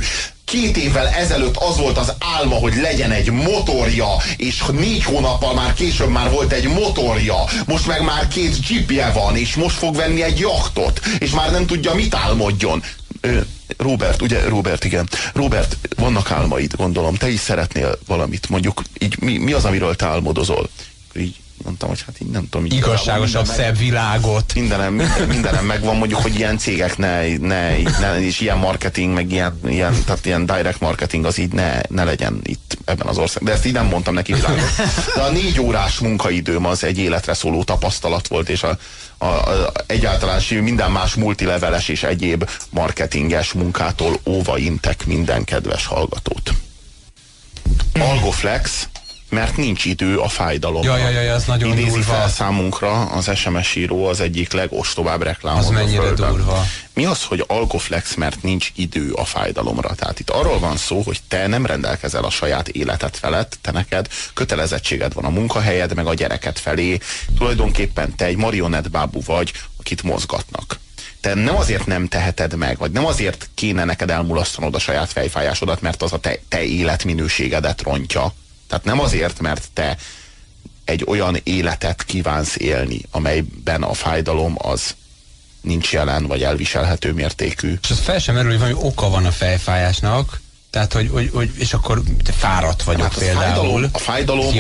2 évvel ezelőtt az volt az álma, hogy legyen egy motorja, és 4 hónappal már később már volt egy motorja, most meg már 2 jeepje van, és most fog venni egy jachtot, és már nem tudja, mit álmodjon. Robert, ugye? Robert, igen. Robert, vannak álmaid, gondolom. Te is szeretnél valamit, mondjuk, így mi az, amiről te álmodozol? Így mondtam, hogy hát így nem tudom. Így igazságosabb, szebb világot. Mindenem megvan, mondjuk, hogy ilyen cégek ne és ilyen marketing, meg tehát ilyen direct marketing az így ne legyen itt ebben az országban. De ezt így nem mondtam neki világos. De a 4 órás munkaidőm az egy életre szóló tapasztalat volt, és egyáltalán minden más multileveles és egyéb marketinges munkától óva intek minden kedves hallgatót. Algoflex, mert nincs idő a fájdalomra. Az nagyon idézi durva. fel számunkra az SMS író az egyik legostobább reklámot. Az mennyire durva. Mi az, hogy Algoflex, mert nincs idő a fájdalomra? Tehát itt arról van szó, hogy te nem rendelkezel a saját életed felett, te neked kötelezettséged van a munkahelyed, meg a gyereket felé. Tulajdonképpen te egy marionettbábú vagy, akit mozgatnak. Te nem azért nem teheted meg, vagy nem azért kéne neked elmulasztanod a saját fejfájásodat, mert az a te életminőségedet rontja. Tehát nem azért, mert te egy olyan életet kívánsz élni, amelyben a fájdalom az nincs jelen, vagy elviselhető mértékű. És az fel sem merül, hogy valami oka van a fejfájásnak, tehát, hogy és akkor te fáradt vagyok hát például. A fájdalom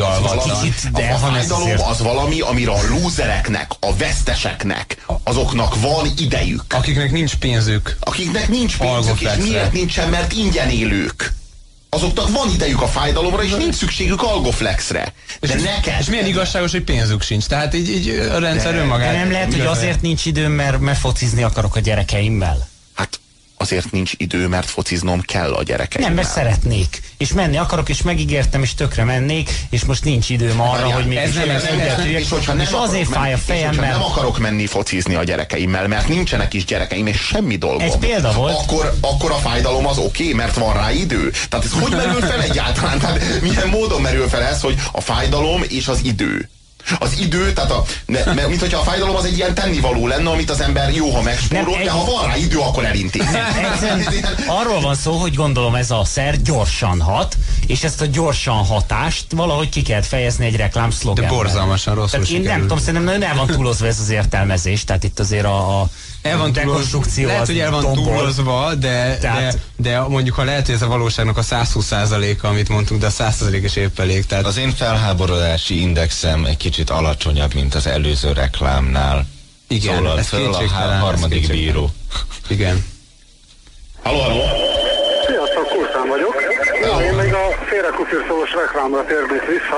az valami, amire a lúzereknek, a veszteseknek, azoknak van idejük. Akiknek nincs pénzük. És miért nincsen, mert ingyen élők. Azoknak van idejük a fájdalomra, és nincs szükségük Algoflexre. De neked... És milyen igazságos, hogy pénzük sincs. Tehát így a rendszer önmagát... De nem lehet, hogy azért nincs időm, mert focizni akarok a gyerekeimmel? Hát azért nincs idő, mert fociznom kell a gyerekeimmel. Nem, mert szeretnék. És menni akarok, és megígértem, és tökre mennék, és most nincs időm arra, hogy még és azért fáj a fejem, mert... nem akarok menni focizni a gyerekeimmel, mert nincsenek is gyerekeim, és semmi dolgom. Egy példa volt. Akkor a fájdalom az oké, mert van rá idő. Tehát ez hogy merül fel egyáltalán? Tehát milyen módon merül fel ez, hogy a fájdalom és az idő? Az idő, tehát mint hogyha a fájdalom az egy ilyen tennivaló lenne, amit az ember jó, ha megspórol, de ha van rá idő, akkor elintéz. Arról van szó, hogy gondolom ez a szer gyorsan hat, és ezt a gyorsan hatást valahogy ki kell fejezni egy reklámszlogenben. De borzalmasan rosszul én nem tudom, szerintem nagyon el van túlozva ez az értelmezés, tehát itt azért a el van túlozva, lehet, hogy el van túlozva, de mondjuk, ha lehet, hogy ez a valóságnak a 120%-a, amit mondtunk, de a 100% is épp elég. Tehát... Az én felháborodási indexem egy kicsit alacsonyabb, mint az előző reklámnál. Igen, szólal ez föl a harmadik bíró. Igen. Halló. Sziasztok, Kurtán vagyok. Én még a félrekupírszólós reklámra térnék vissza.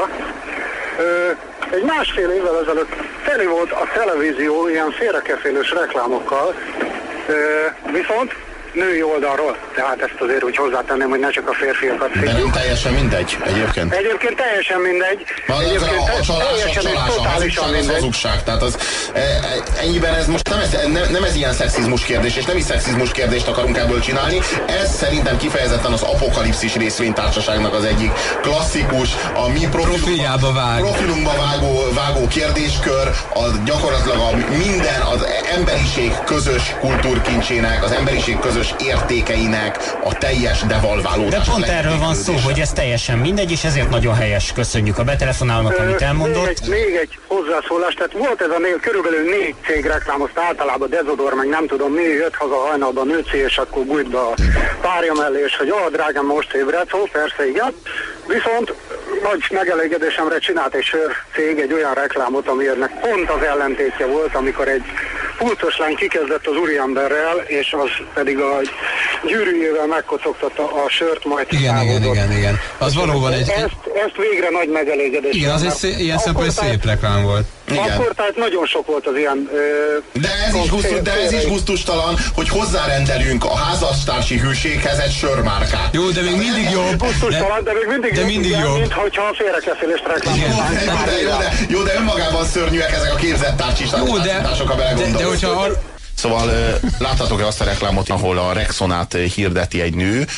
Egy másfél évvel ezelőtt teli volt a televízió ilyen félrekefélős reklámokkal, viszont női oldalról, tehát ezt azért úgy hozzátenném, hogy ne csak a férfiakat szépen. De nem teljesen mindegy egyébként? Egyébként teljesen mindegy. Egyébként a csalás, a hazugság, tehát az, ennyiben ez most nem ez ilyen szexizmus kérdés, és nem is szexizmus kérdést akarunk ebből csinálni, ez szerintem kifejezetten az apokalipszis részvénytársaságnak az egyik klasszikus, a mi profilunkba vágó kérdéskör, gyakorlatilag minden az emberiség közös kultúrkincsének, az emberiség közös értékeinek a teljes devalválódása. De pont erről van szó, hogy ez teljesen mindegy, és ezért nagyon helyes. Köszönjük a betelefonálónak, amit elmondott. Még egy hozzászólás, tehát volt ez körülbelül 4 cég reklámozta, általában Dezodor, meg nem tudom mi, jött haza hajnalban nőci, és akkor bújt be a párja mellé, és hogy drágám, most ébredsz, persze igen. Viszont nagy megelégedésemre csinált egy cég egy olyan reklámot, ami ennek pont az ellentétje volt, amikor egy pulcos lány kikezdett az úriemberrel, és az pedig a gyűrűjével megkocogtatta a sört, majd Igen. Az valóban ezt végre nagy megelégedés. Igen, az ilyen szempontból szép reklám volt. Igen. Akkor tehát nagyon sok volt az ilyen... De ez is gusztustalan, hogy hozzárendelünk a házastársi hűséghez egy sörmárkát. Jó, de még mindig jobb. Gusztustalan, de még mindig jobb, mint hogyha a félrekefélést reklámolnánk. Jó, de önmagában szörnyűek ezek a képzett tárcsisok, ha belegondolsz. De hogyha Szóval láttátok-e azt a reklámot, ahol a Rexonát hirdeti egy nő,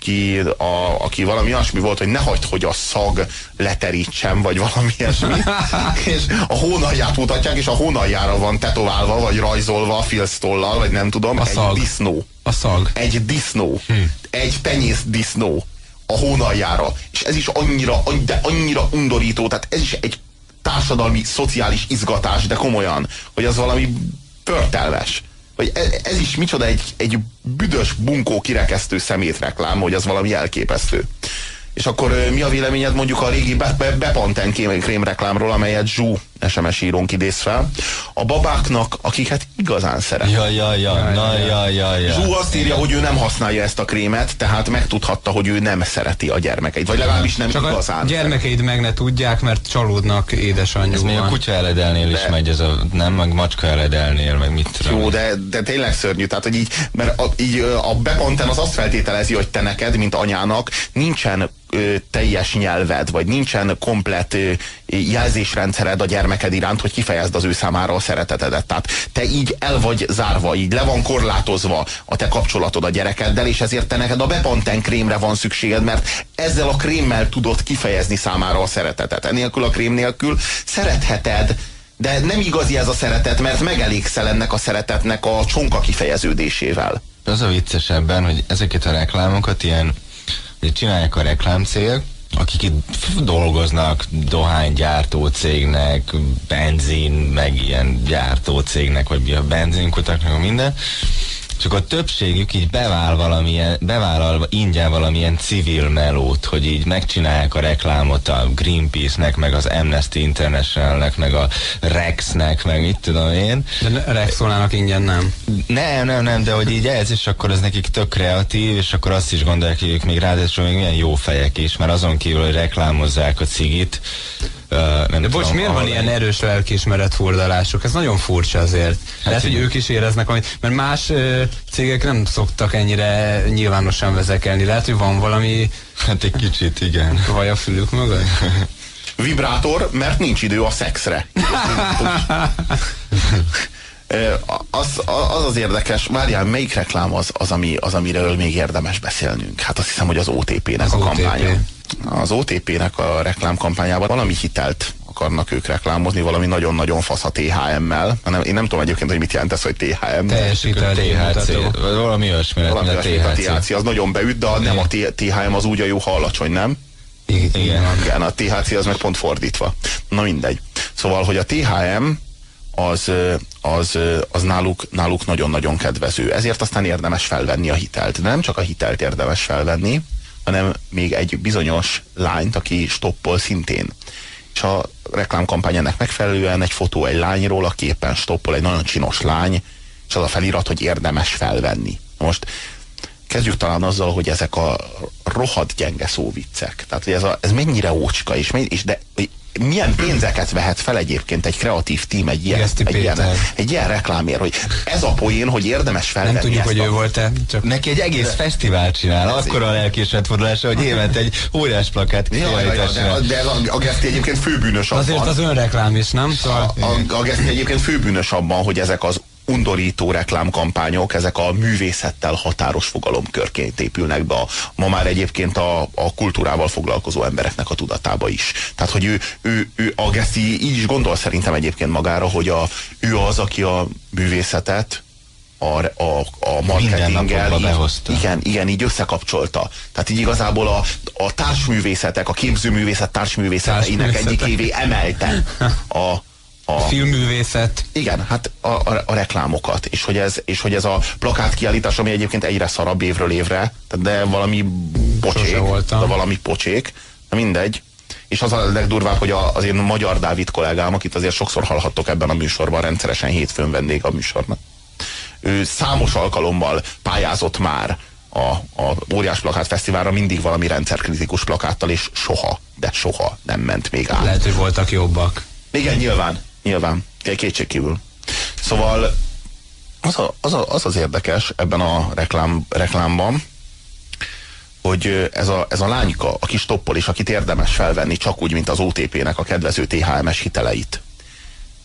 aki valami olyasmi volt, hogy ne hagyd, hogy a szag leterítsen, vagy valami ilyesmi. És a hónalját mutatják, és a hónaljára van tetoválva, vagy rajzolva filztollal, vagy nem tudom, egy disznó. A szag. Egy disznó. Egy tenyész disznó a hónaljára. És ez is annyira undorító, tehát ez is egy társadalmi, szociális izgatás, de komolyan, hogy az valami pörtelmes. Hogy ez is micsoda egy büdös, bunkó, kirekesztő szemétreklám, hogy az valami elképesztő. És akkor mi a véleményed mondjuk a régi Bepanthen krémreklámról, amelyet Zsú SMS írónk idéz fel? A babáknak, akiket igazán szeret. Zsú azt írja, hogy ő nem használja ezt a krémet, tehát megtudhatta, hogy ő nem szereti a gyermekeit. Vagy legalábbis nem csak igazán. A gyermekeid meg ne tudják, mert csalódnak édesanyjúban. Ez még a kutya eledelnél is megy, ez nem, meg macska eledelnél, meg mit tudom. Jó, de tényleg szörnyű. Tehát, hogy mert a Bepanthen az azt feltételezi, hogy te neked, mint anyának nincsen teljes nyelved, vagy nincsen komplett jelzésrendszered a gyermeked iránt, hogy kifejezd az ő számára a szeretetedet. Tehát te így el vagy zárva, így le van korlátozva a te kapcsolatod a gyerekeddel, és ezért te neked a Bepanthen krémre van szükséged, mert ezzel a krémmel tudod kifejezni számára a szeretetet. Enélkül a krém nélkül szeretheted, de nem igazi ez a szeretet, mert megelégszel ennek a szeretetnek a csonka kifejeződésével. Az a vicces ebben, hogy ezeket a reklámokat ilyen csinálják a reklámcégek, akik itt dolgoznak dohánygyártó cégnek, benzin, meg ilyen gyártó cégnek, vagy a benzinkutaknak, minden. Csak a többségük így bevállal ingyen valamilyen civil melót, hogy így megcsinálják a reklámot a Greenpeace-nek, meg az Amnesty International-nek, meg a Rexnek, meg mit tudom én. De Rexonának ingyen nem. Nem, de hogy így ez, és akkor ez nekik tök kreatív, és akkor azt is gondolják, hogy ők még ráadásul még milyen jó fejek is, mert azon kívül, hogy reklámozzák a cigit. De bocs, miért van ilyen erős lelkiismeret furdalásuk? Ez nagyon furcsa azért. Lehet, hogy ők is éreznek, mert más cégek nem szoktak ennyire nyilvánosan vezekelni. Lehet, hogy van valami... Hát egy kicsit, igen. Vaj a fülük mögött? Vibrátor, mert nincs idő a szexre. Az érdekes, várjál, melyik reklám az, amiről még érdemes beszélnünk? Hát azt hiszem, hogy az OTP-nek a kampánya. Az OTP-nek a reklámkampányában valami hitelt akarnak ők reklámozni, valami nagyon-nagyon fasz a THM-mel. Én nem tudom egyébként, hogy mit jelent ez, hogy THM. Teljesített THC. Valami olyasmi, a THC. Az nagyon beüt, de nem a THM az úgy a jó, ha alacsony, nem? Igen, a THC az meg pont fordítva. Na mindegy. Szóval, hogy a THM az náluk nagyon-nagyon kedvező. Ezért aztán érdemes felvenni a hitelt. De nem csak a hitelt érdemes felvenni, hanem még egy bizonyos lányt, aki stoppol szintén. És a reklámkampány ennek megfelelően egy fotó egy lányról, aki éppen stoppol, egy nagyon csinos lány, és az a felirat, hogy érdemes felvenni. Most kezdjük talán azzal, hogy ezek a rohadt gyenge szóviccek. Tehát, hogy ez mennyire ócska, és de milyen pénzeket vehet fel egyébként egy kreatív tím egy ilyen reklámért, hogy ez a poén, hogy érdemes felvenni. Nem tudjuk, hogy ő volt-e. Csak... Neki egy egész fesztivál csinál, akkora a lelkiismeretfordulása, hogy évente egy óriás plakát kiállításra. De a Geszti egyébként főbűnös abban. Azért az önreklám is, nem? Szóval... A Geszti egyébként főbűnös abban, hogy ezek az undorító reklámkampányok, ezek a művészettel határos fogalomkörként épülnek be ma már egyébként a kultúrával foglalkozó embereknek a tudatába is. Tehát, hogy ő a Geszti így is gondol szerintem egyébként magára, hogy ő az, aki a művészetet a marketinggel igen, így összekapcsolta. Tehát így igazából a társművészetek, a képzőművészet társművészeteinek egyikévé emelte a filmművészet. Igen, hát a reklámokat. És hogy ez a plakátkiállítás, ami egyébként egyre szarabb évről évre, de valami pocsék, de mindegy. És az a legdurvább, hogy az én Magyar Dávid kollégám, akit azért sokszor hallhattok ebben a műsorban, rendszeresen hétfőn vendég a műsornak. Ő számos alkalommal pályázott már a Óriás Plakát Fesztiválra mindig valami rendszerkritikus plakáttal, és soha nem ment még át. Lehet, hogy voltak jobbak. Igen, nyilván, kétségkívül. Szóval az az érdekes ebben a reklámban, hogy ez a lányka, aki stoppol és akit érdemes felvenni, csak úgy, mint az OTP-nek a kedvező THM-es hiteleit.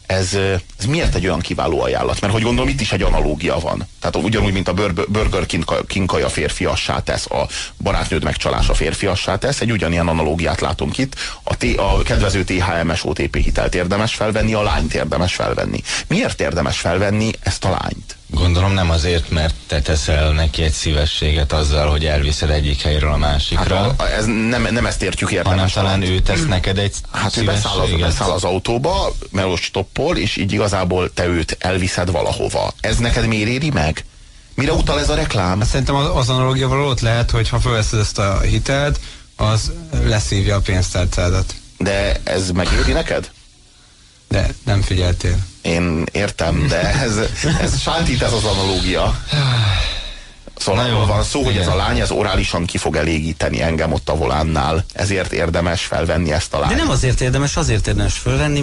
ez miért egy olyan kiváló ajánlat? Mert hogy gondolom, itt is egy analógia van. Tehát ugyanúgy, mint a Burger King kaja férfiassá tesz, a barátnőd megcsalása férfiassá tesz, egy ugyanilyen analógiát látunk itt. A kedvező THM-es OTP hitelt érdemes felvenni, a lányt érdemes felvenni. Miért érdemes felvenni ezt a lányt? Gondolom nem azért, mert te teszel neki egy szívességet azzal, hogy elviszed egyik helyről a másikra. Hát ez nem ezt értjük érdemes. Hanem talán ő tesz neked egy szívességet. Ő beszáll az autóba, mert ott stoppol, és így igazából te őt elviszed valahova. Ez neked miért éri meg? Mire utal ez a reklám? Szerintem az analogiával ott lehet, hogy ha felveszed ezt a hitelt, az leszívja a pénztárcádat. De ez megéri neked? De nem figyeltél. Én értem, de ez sántít ez az analógia. Szóval arról van szó, hogy ez a lány, ez orálisan ki fog elégíteni engem ott a volánnál. Ezért érdemes felvenni ezt a lányt. De nem azért érdemes felvenni,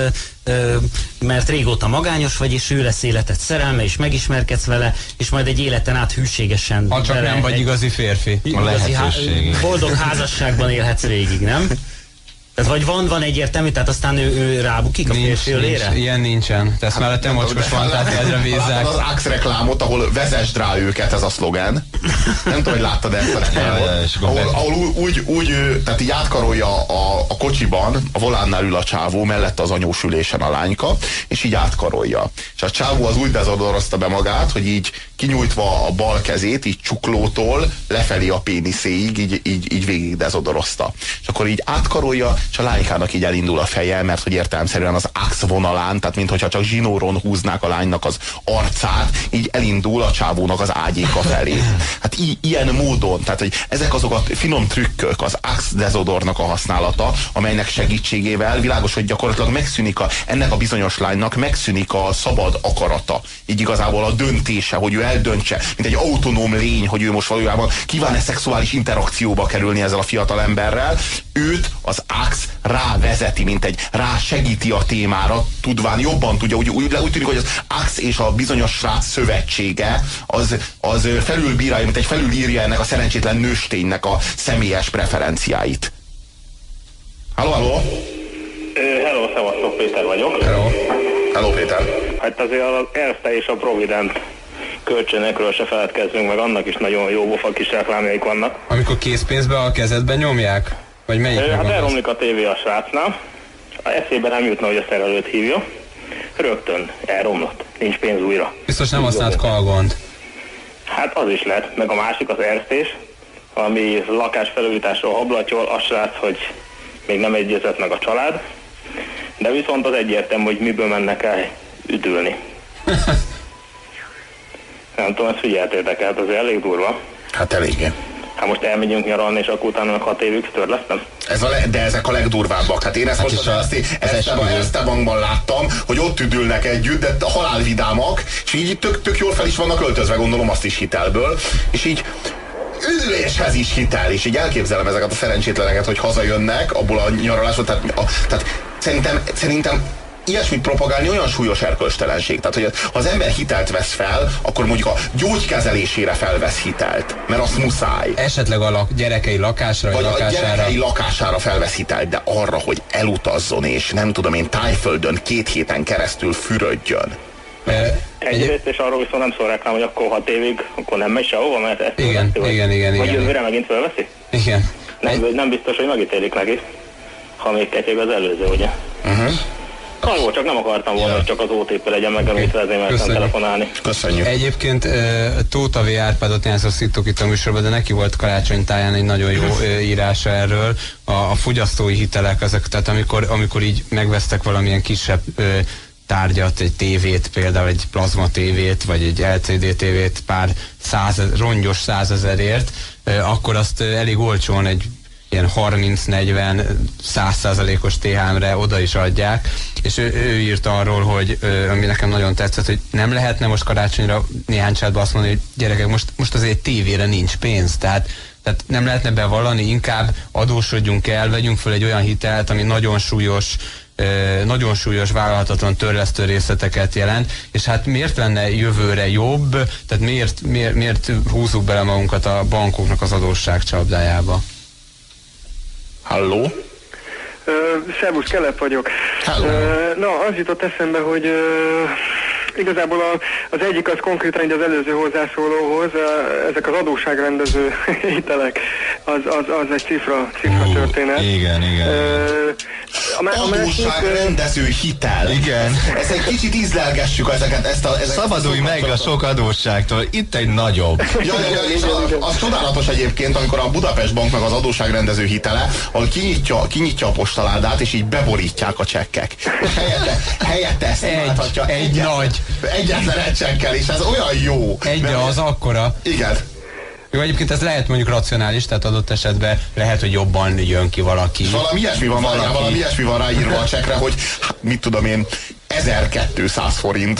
mert régóta magányos vagy, és ő lesz életed szerelme, és megismerkedsz vele, és majd egy életen át hűségesen... Ha csak nem vagy igazi férfi. Boldog házasságban élhetsz végig, nem? Tehát vagy van egyértelmű, tehát aztán ő rábukik a férfi ölére? Ilyen nincsen. Tehát már a te mocskos fantáziádra bízzák. Az Axe reklámot, ahol vezesd rá őket, ez a szlogán. Nem tudom, hogy láttad ezt a reklámot. Ahol úgy, tehát így átkarolja a kocsiban, a volánnál ül a csávó, mellett az anyós ülésen a lányka, és így átkarolja. És a csávó az úgy dezodorozta be magát, hogy így kinyújtva a bal kezét, így csuklótól lefelé a péniszéig, így végig dezodorozta. És akkor így átkarolja, és a lánykának így elindul a feje, mert hogy értelemszerűen az Axe vonalán, tehát mintha csak zsinóron húznák a lánynak az arcát, így elindul a csávónak az ágyéka felé. Hát ilyen módon, tehát hogy ezek azok a finom trükkök, az Axe dezodornak a használata, amelynek segítségével világos, hogy gyakorlatilag megszűnik ennek a bizonyos lánynak megszűnik a szabad akarata. Így igazából a döntése, hogy ő eldöntse, mint egy autonóm lény, hogy ő most valójában kíván-e szexuális interakcióba kerülni ezzel a fiatal emberrel, őt az Axe rávezeti, mint rá segíti a témára, tudván jobban tudja, úgy tűnik, hogy az Axe és a bizonyos srác szövetsége az felülbírálja, mint egy felülírja ennek a szerencsétlen nősténynek a személyes preferenciáit. Halló? Hello, szevasztok, Péter vagyok. Hello, Péter. Hát azért az Erste és a Provident kölcsönökről se feledkezzünk, meg annak is nagyon jó bofa kis reklámjaik vannak. Amikor készpénzbe a kezedben nyomják? Vagy melyik? Hát elromlik a tévé a srácnál, eszébe nem jutna, hogy a szerelőt hívja, rögtön elromlott, nincs pénz újra. Biztos nem használt kalgont. Hát az is lehet, meg a másik az Erztés, ami lakásfelújításról hablatyol, a srác, hogy még nem egyezett meg a család, de viszont az egyértelmű, hogy miből mennek el üdülni. Nem tudom, ezt figyeltétek el, azért elég durva. Hát eléggé. Hát most elmegyünk nyaralni, és akkor utána meg 6 évig törlesztem. De ezek a legdurvábbak. Hát én ezt most az Erste-bankban láttam, hogy ott üdülnek együtt, de halálvidámak, és így tök jól fel is vannak öltözve, gondolom azt is hitelből, és így üdüléshez is hitel, és így elképzelem ezeket a szerencsétleneket, hogy hazajönnek abból a nyaralásból, tehát szerintem ilyesmit propagálni olyan súlyos erkölcstelenség. Tehát, hogy ha az ember hitelt vesz fel, akkor mondjuk a gyógykezelésére felvesz hitelt, mert azt muszáj. Esetleg a gyerekei lakásra, vagy a gyerekei lakására felvesz hitelt, de arra, hogy elutazzon, és nem tudom én, Tájföldön 2 héten keresztül fürödjön. Egyrészt, és arról viszont nem szól reklám, hogy akkor 6 évig, akkor nem megy sehova, mert ezt igen. Vagy jövőre megint felveszi? Igen. Nem biztos, hogy megítélik neki, ha még ketyeg az előző, ugye? Jó, csak nem akartam volna, hogy csak az OTP legyen megemlítve, ezért mertem telefonálni. Köszönjük. Egyébként Tóth V. Árpádot néhányszor szittuk itt a műsorban, de neki volt karácsonytáján egy nagyon jó írása erről. A fogyasztói hitelek, ezek, tehát amikor így megvesztek valamilyen kisebb tárgyat, egy tévét, például egy plazma tévét, vagy egy LCD tévét pár rongyos 100 000-ért, akkor azt elég olcsón egy ilyen 30-40-100%-os THM-re oda is adják, és ő írt arról, hogy ami nekem nagyon tetszett, hogy nem lehetne most karácsonyra néhány családban azt mondani, hogy gyerekek, most azért tévére nincs pénz, tehát nem lehetne bevallani, inkább adósodjunk el, vegyünk föl egy olyan hitelt, ami nagyon súlyos, vállalhatatlan törlesztő részleteket jelent, és hát miért lenne jövőre jobb, tehát miért húzzuk bele magunkat a bankoknak az adósság csapdájába? Halló? Szervusz, Kelep vagyok. Na, az jutott eszembe, hogy igazából az egyik az konkrétan így az előző hozzászólóhoz, ezek az adósságrendező hitelek, az egy cifra történet. Igen. Adósságrendező hitel. Igen. Ezt egy kicsit ízlelgessük ezeket. Szabadulj meg a sok adósságtól, itt egy nagyobb. És az csodálatos egyébként, amikor a Budapest Bank meg az adósságrendező hitele, ahol kinyitja a postaládát, és így beborítják a csekkek. És helyette ezt imádhatja egyetlen egy csekkel, és ez olyan jó. Az akkora. Igen. Jó, egyébként ez lehet mondjuk racionális, tehát adott esetben lehet, hogy jobban jön ki valaki. És valami ilyesmi van ráírva a csekre, hogy mit tudom én, 1200 forint.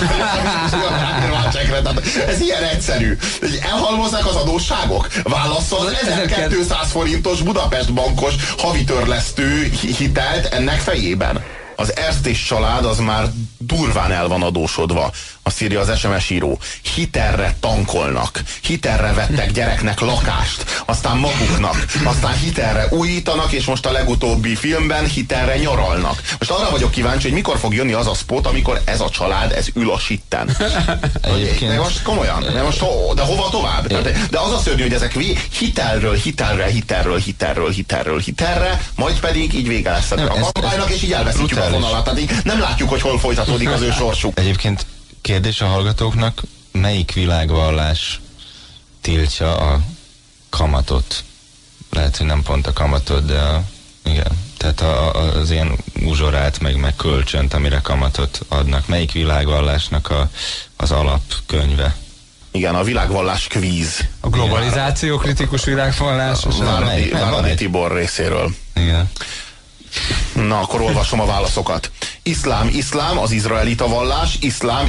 Ez ilyen egyszerű. Elhalmozzák az adósságok? Válasszol az 1200 forintos Budapest bankos havitörlesztő hitelt ennek fejében. Az Erztés család az már durván el van adósodva. Azt írja az SMS író. Hitelre tankolnak. Hitelre vettek gyereknek lakást. Aztán maguknak. Aztán hitelre újítanak, és most a legutóbbi filmben hitelre nyaralnak. Most arra vagyok kíváncsi, hogy mikor fog jönni az a spot, amikor ez a család, ez ül a sitten. De most komolyan. De hova tovább? De az a szörnyű, hogy ezek hitelre, majd pedig így vége lesz a kampánynak, és így elveszítjük a vonalat. Tehát így nem látjuk, hogy hol folytatódik az ő sorsuk. Egyébként kérdés a hallgatóknak, melyik világvallás tiltja a kamatot? Lehet, hogy nem pont a kamatot, de igen. Tehát az ilyen uzsorát, meg kölcsönt, amire kamatot adnak. Melyik világvallásnak az alapkönyve? Igen, a világvallás kvíz. A globalizáció kritikus világvallás. Váradi Tibor részéről. Igen. Na, akkor olvasom a válaszokat. Iszlám, az izraelita vallás,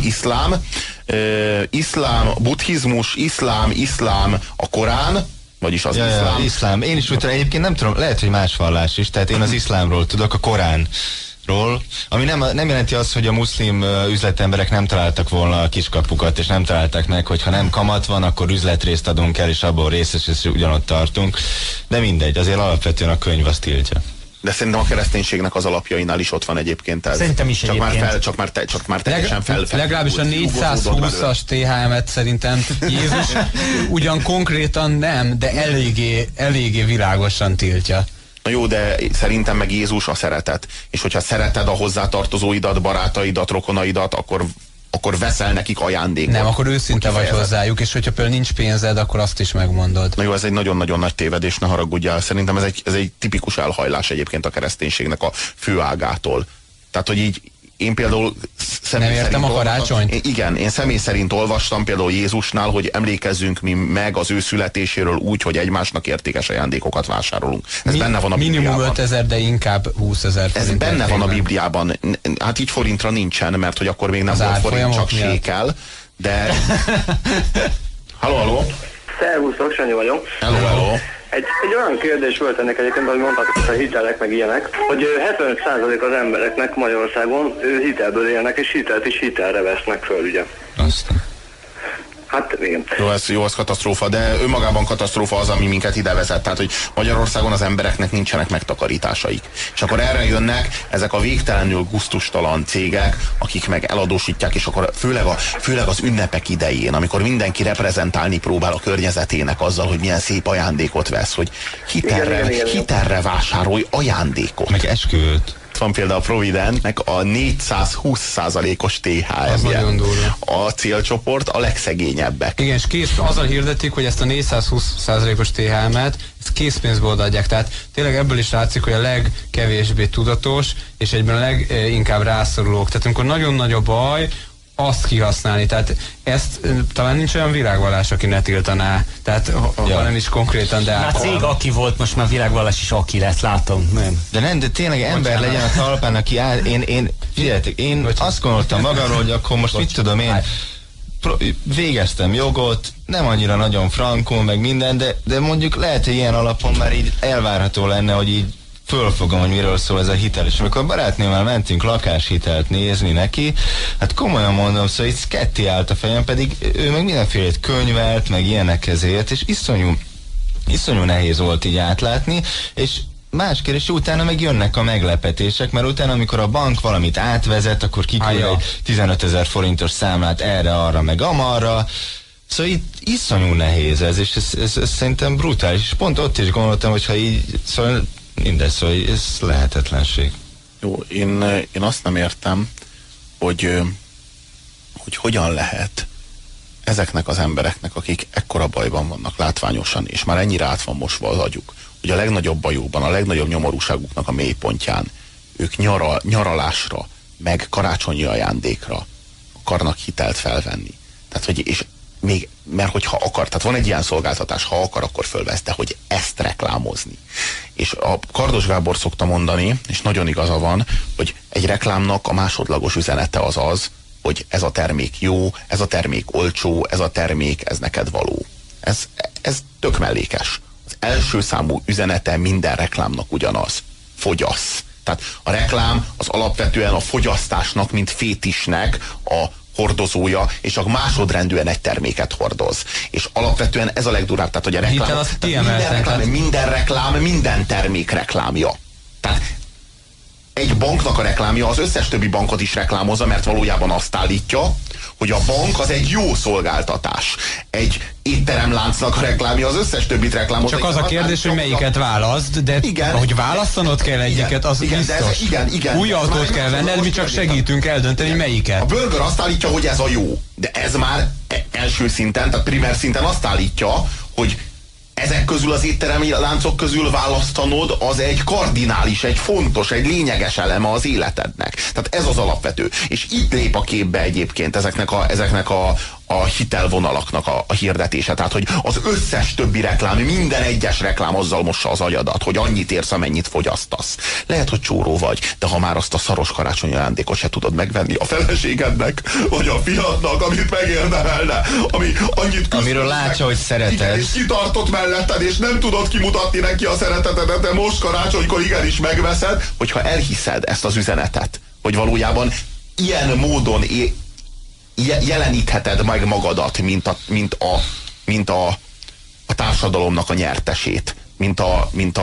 iszlám, buddhizmus, iszlám, a Korán, vagyis az iszlám. Iszlám. Én is úgy tudom, egyébként nem tudom, lehet, hogy más vallás is, tehát én az iszlámról tudok, a Koránról, ami nem jelenti azt, hogy a muszlim üzletemberek nem találtak volna a kiskapukat, és nem találták meg, hogy ha nem kamat van, akkor üzletrészt adunk el, és abból részes, és ugyanott tartunk. De mindegy, azért alapvetően a könyv azt tiltja. De szerintem a kereszténységnek az alapjainál is ott van egyébként ez. Szerintem is egyébként. Csak már teljesen fel. Legalábbis a 420-as THM-et szerintem Jézus ugyan konkrétan nem, de eléggé világosan tiltja. Na jó, de szerintem meg Jézus a szeretet. És hogyha szereted a hozzátartozóidat, barátaidat, rokonaidat, akkor veszel nekik ajándékot. Nem, akkor őszinte vagy hozzájuk, és hogyha például nincs pénzed, akkor azt is megmondod. Na jó, ez egy nagyon-nagyon nagy tévedés, ne haragudjál. Szerintem ez egy tipikus elhajlás egyébként a kereszténységnek a főágától. Tehát, hogy így én például nem értem a karácsonyt? Igen, én személy szerint olvastam például Jézusnál, hogy emlékezzünk mi meg az ő születéséről úgy, hogy egymásnak értékes ajándékokat vásárolunk. Ez benne van a Bibliában. Minimum 5000, de inkább 20.000 forint. Ez benne van a Bibliában. Hát így forintra nincsen, mert hogy akkor még nem volt forint, csak sékel. De... Halló? Szervusztok, Sanyi vagyok. Hello. Egy olyan kérdés volt ennek egyébként, ahogy mondhatok, a hitelek meg ilyenek, hogy 75% az embereknek Magyarországon hitelből élnek, és hitelt is hitelre vesznek föl, ugye? Aztán. Hát igen. Jó, ez katasztrófa, de önmagában katasztrófa az, ami minket ide vezet. Tehát, hogy Magyarországon az embereknek nincsenek megtakarításaik. És akkor erre jönnek ezek a végtelenül gusztustalan cégek, akik meg eladósítják, és akkor főleg az ünnepek idején, amikor mindenki reprezentálni próbál a környezetének azzal, hogy milyen szép ajándékot vesz, hogy hitelre vásárolj ajándékot. Meg esküvőt. Van például a Providentnek a 420%-os THM-je. A célcsoport a legszegényebbek. Igen, és azzal hirdetik, hogy ezt a 420%-os THM-et ezt készpénzből adják. Tehát tényleg ebből is látszik, hogy a legkevésbé tudatos, és egyben a leginkább rászorulók. Tehát amikor nagyon nagy a baj, azt kihasználni. Tehát ezt talán nincs olyan világvallás, aki ne tiltaná. Tehát ha nem is konkrétan, de hát cég aki volt, most már világvallás is aki lett, látom. Nem. De tényleg ember legyen a talpán, aki áll. Én azt gondoltam magamról, hogy akkor most mit tudom én, végeztem jogot, nem annyira nagyon frankon, meg minden, de mondjuk lehet, hogy ilyen alapon már így elvárható lenne, hogy így fölfogom, hogy miről szól ez a hitel. És amikor barátnőmmel mentünk lakáshitelt nézni neki, hát komolyan mondom, szóval itt ketté állt a fejem, pedig ő meg mindenfélét könyvelt, meg ilyenek ezért, és iszonyú nehéz volt így átlátni, és más kérdés, utána meg jönnek a meglepetések, mert utána, amikor a bank valamit átvezet, akkor kiküld egy 15 000 forintos számlát erre, arra, meg amarra. Szóval itt iszonyú nehéz ez, és ez szerintem brutális. És pont ott is gondoltam, hogy ha így, szóval mindegy, szóval ez lehetetlenség. Jó, én azt nem értem, hogy hogyan lehet ezeknek az embereknek, akik ekkora bajban vannak látványosan, és már ennyire át van mosva az agyuk, hogy a legnagyobb bajukban, a legnagyobb nyomorúságuknak a mélypontján ők nyaralásra, meg karácsonyi ajándékra akarnak hitelt felvenni. Tehát, hogy és még, mert hogyha akar, tehát van egy ilyen szolgáltatás, ha akar, akkor fölvesz, de hogy ezt reklámozni. És a Kardos Gábor szokta mondani, és nagyon igaza van, hogy egy reklámnak a másodlagos üzenete az, hogy ez a termék jó, ez a termék olcsó, ez a termék, ez neked való. Ez tök mellékes. Az első számú üzenete minden reklámnak ugyanaz. Fogyasz. Tehát a reklám az alapvetően a fogyasztásnak, mint fétisnek a hordozója, és csak másodrendűen egy terméket hordoz. És alapvetően ez a legdurább, tehát hogy a reklám, minden reklám, minden termék reklámja. Tehát egy banknak a reklámja az összes többi bankot is reklámozza, mert valójában azt állítja, hogy a bank az egy jó szolgáltatás. Egy étteremláncnak a reklámja az összes többit reklámozza. Csak az a kérdés, hogy melyiket válaszd, de igen, ahogy választanod kell egyiket, az igen, biztos. Igen, új autót kell venned, mi csak segítünk eldönteni, hogy melyiket. A Burger azt állítja, hogy ez a jó, de ez már első szinten, tehát primer szinten azt állítja, hogy ezek közül, az étteremi láncok közül választanod, az egy kardinális, egy fontos, egy lényeges eleme az életednek. Tehát ez az alapvető. És itt lép a képbe egyébként ezeknek a hitelvonalaknak a hirdetése. Tehát, hogy az összes többi reklám, minden egyes reklám azzal mossa az agyadat, hogy annyit érsz, amennyit fogyasztasz. Lehet, hogy csóró vagy, de ha már azt a szaros karácsonyi ajándékot se tudod megvenni a feleségednek, vagy a fiadnak, amit megérdemelne, ami annyit amiről látja, hogy szereted. Igen, és kitartott melletted, és nem tudod kimutatni neki a szeretetedet, de most karácsonykor igenis megveszed, hogyha elhiszed ezt az üzenetet, hogy valójában ilyen módon jelenítheted meg magadat, mint a társadalomnak a nyertesét, mint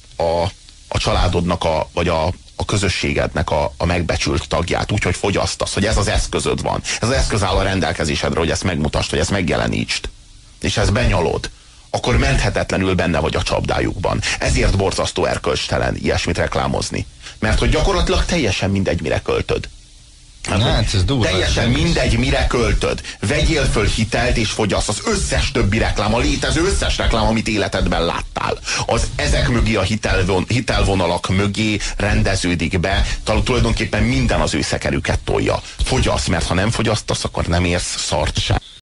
a családodnak vagy a közösségednek a megbecsült tagját, úgyhogy fogyasztasz, hogy ez az eszközöd van. Ez az eszköz áll a rendelkezésedre, hogy ezt megmutasd, hogy ezt megjelenítsd. És ezt benyalod, akkor menthetetlenül benne vagy a csapdájukban. Ezért borzasztó erkölcstelen ilyesmit reklámozni. Mert hogy gyakorlatilag teljesen mindegy, mire költöd. Hát, ez teljesen mindegy, mire költöd. Vegyél föl hitelt és fogyasz. Az összes többi reklám, a létező összes reklám, amit életedben láttál, az ezek mögé a hitelvonalak mögé rendeződik be. Tulajdonképpen minden az ő szekerüket tolja. Fogyasz, mert ha nem fogyasztasz, akkor nem érsz szart sem.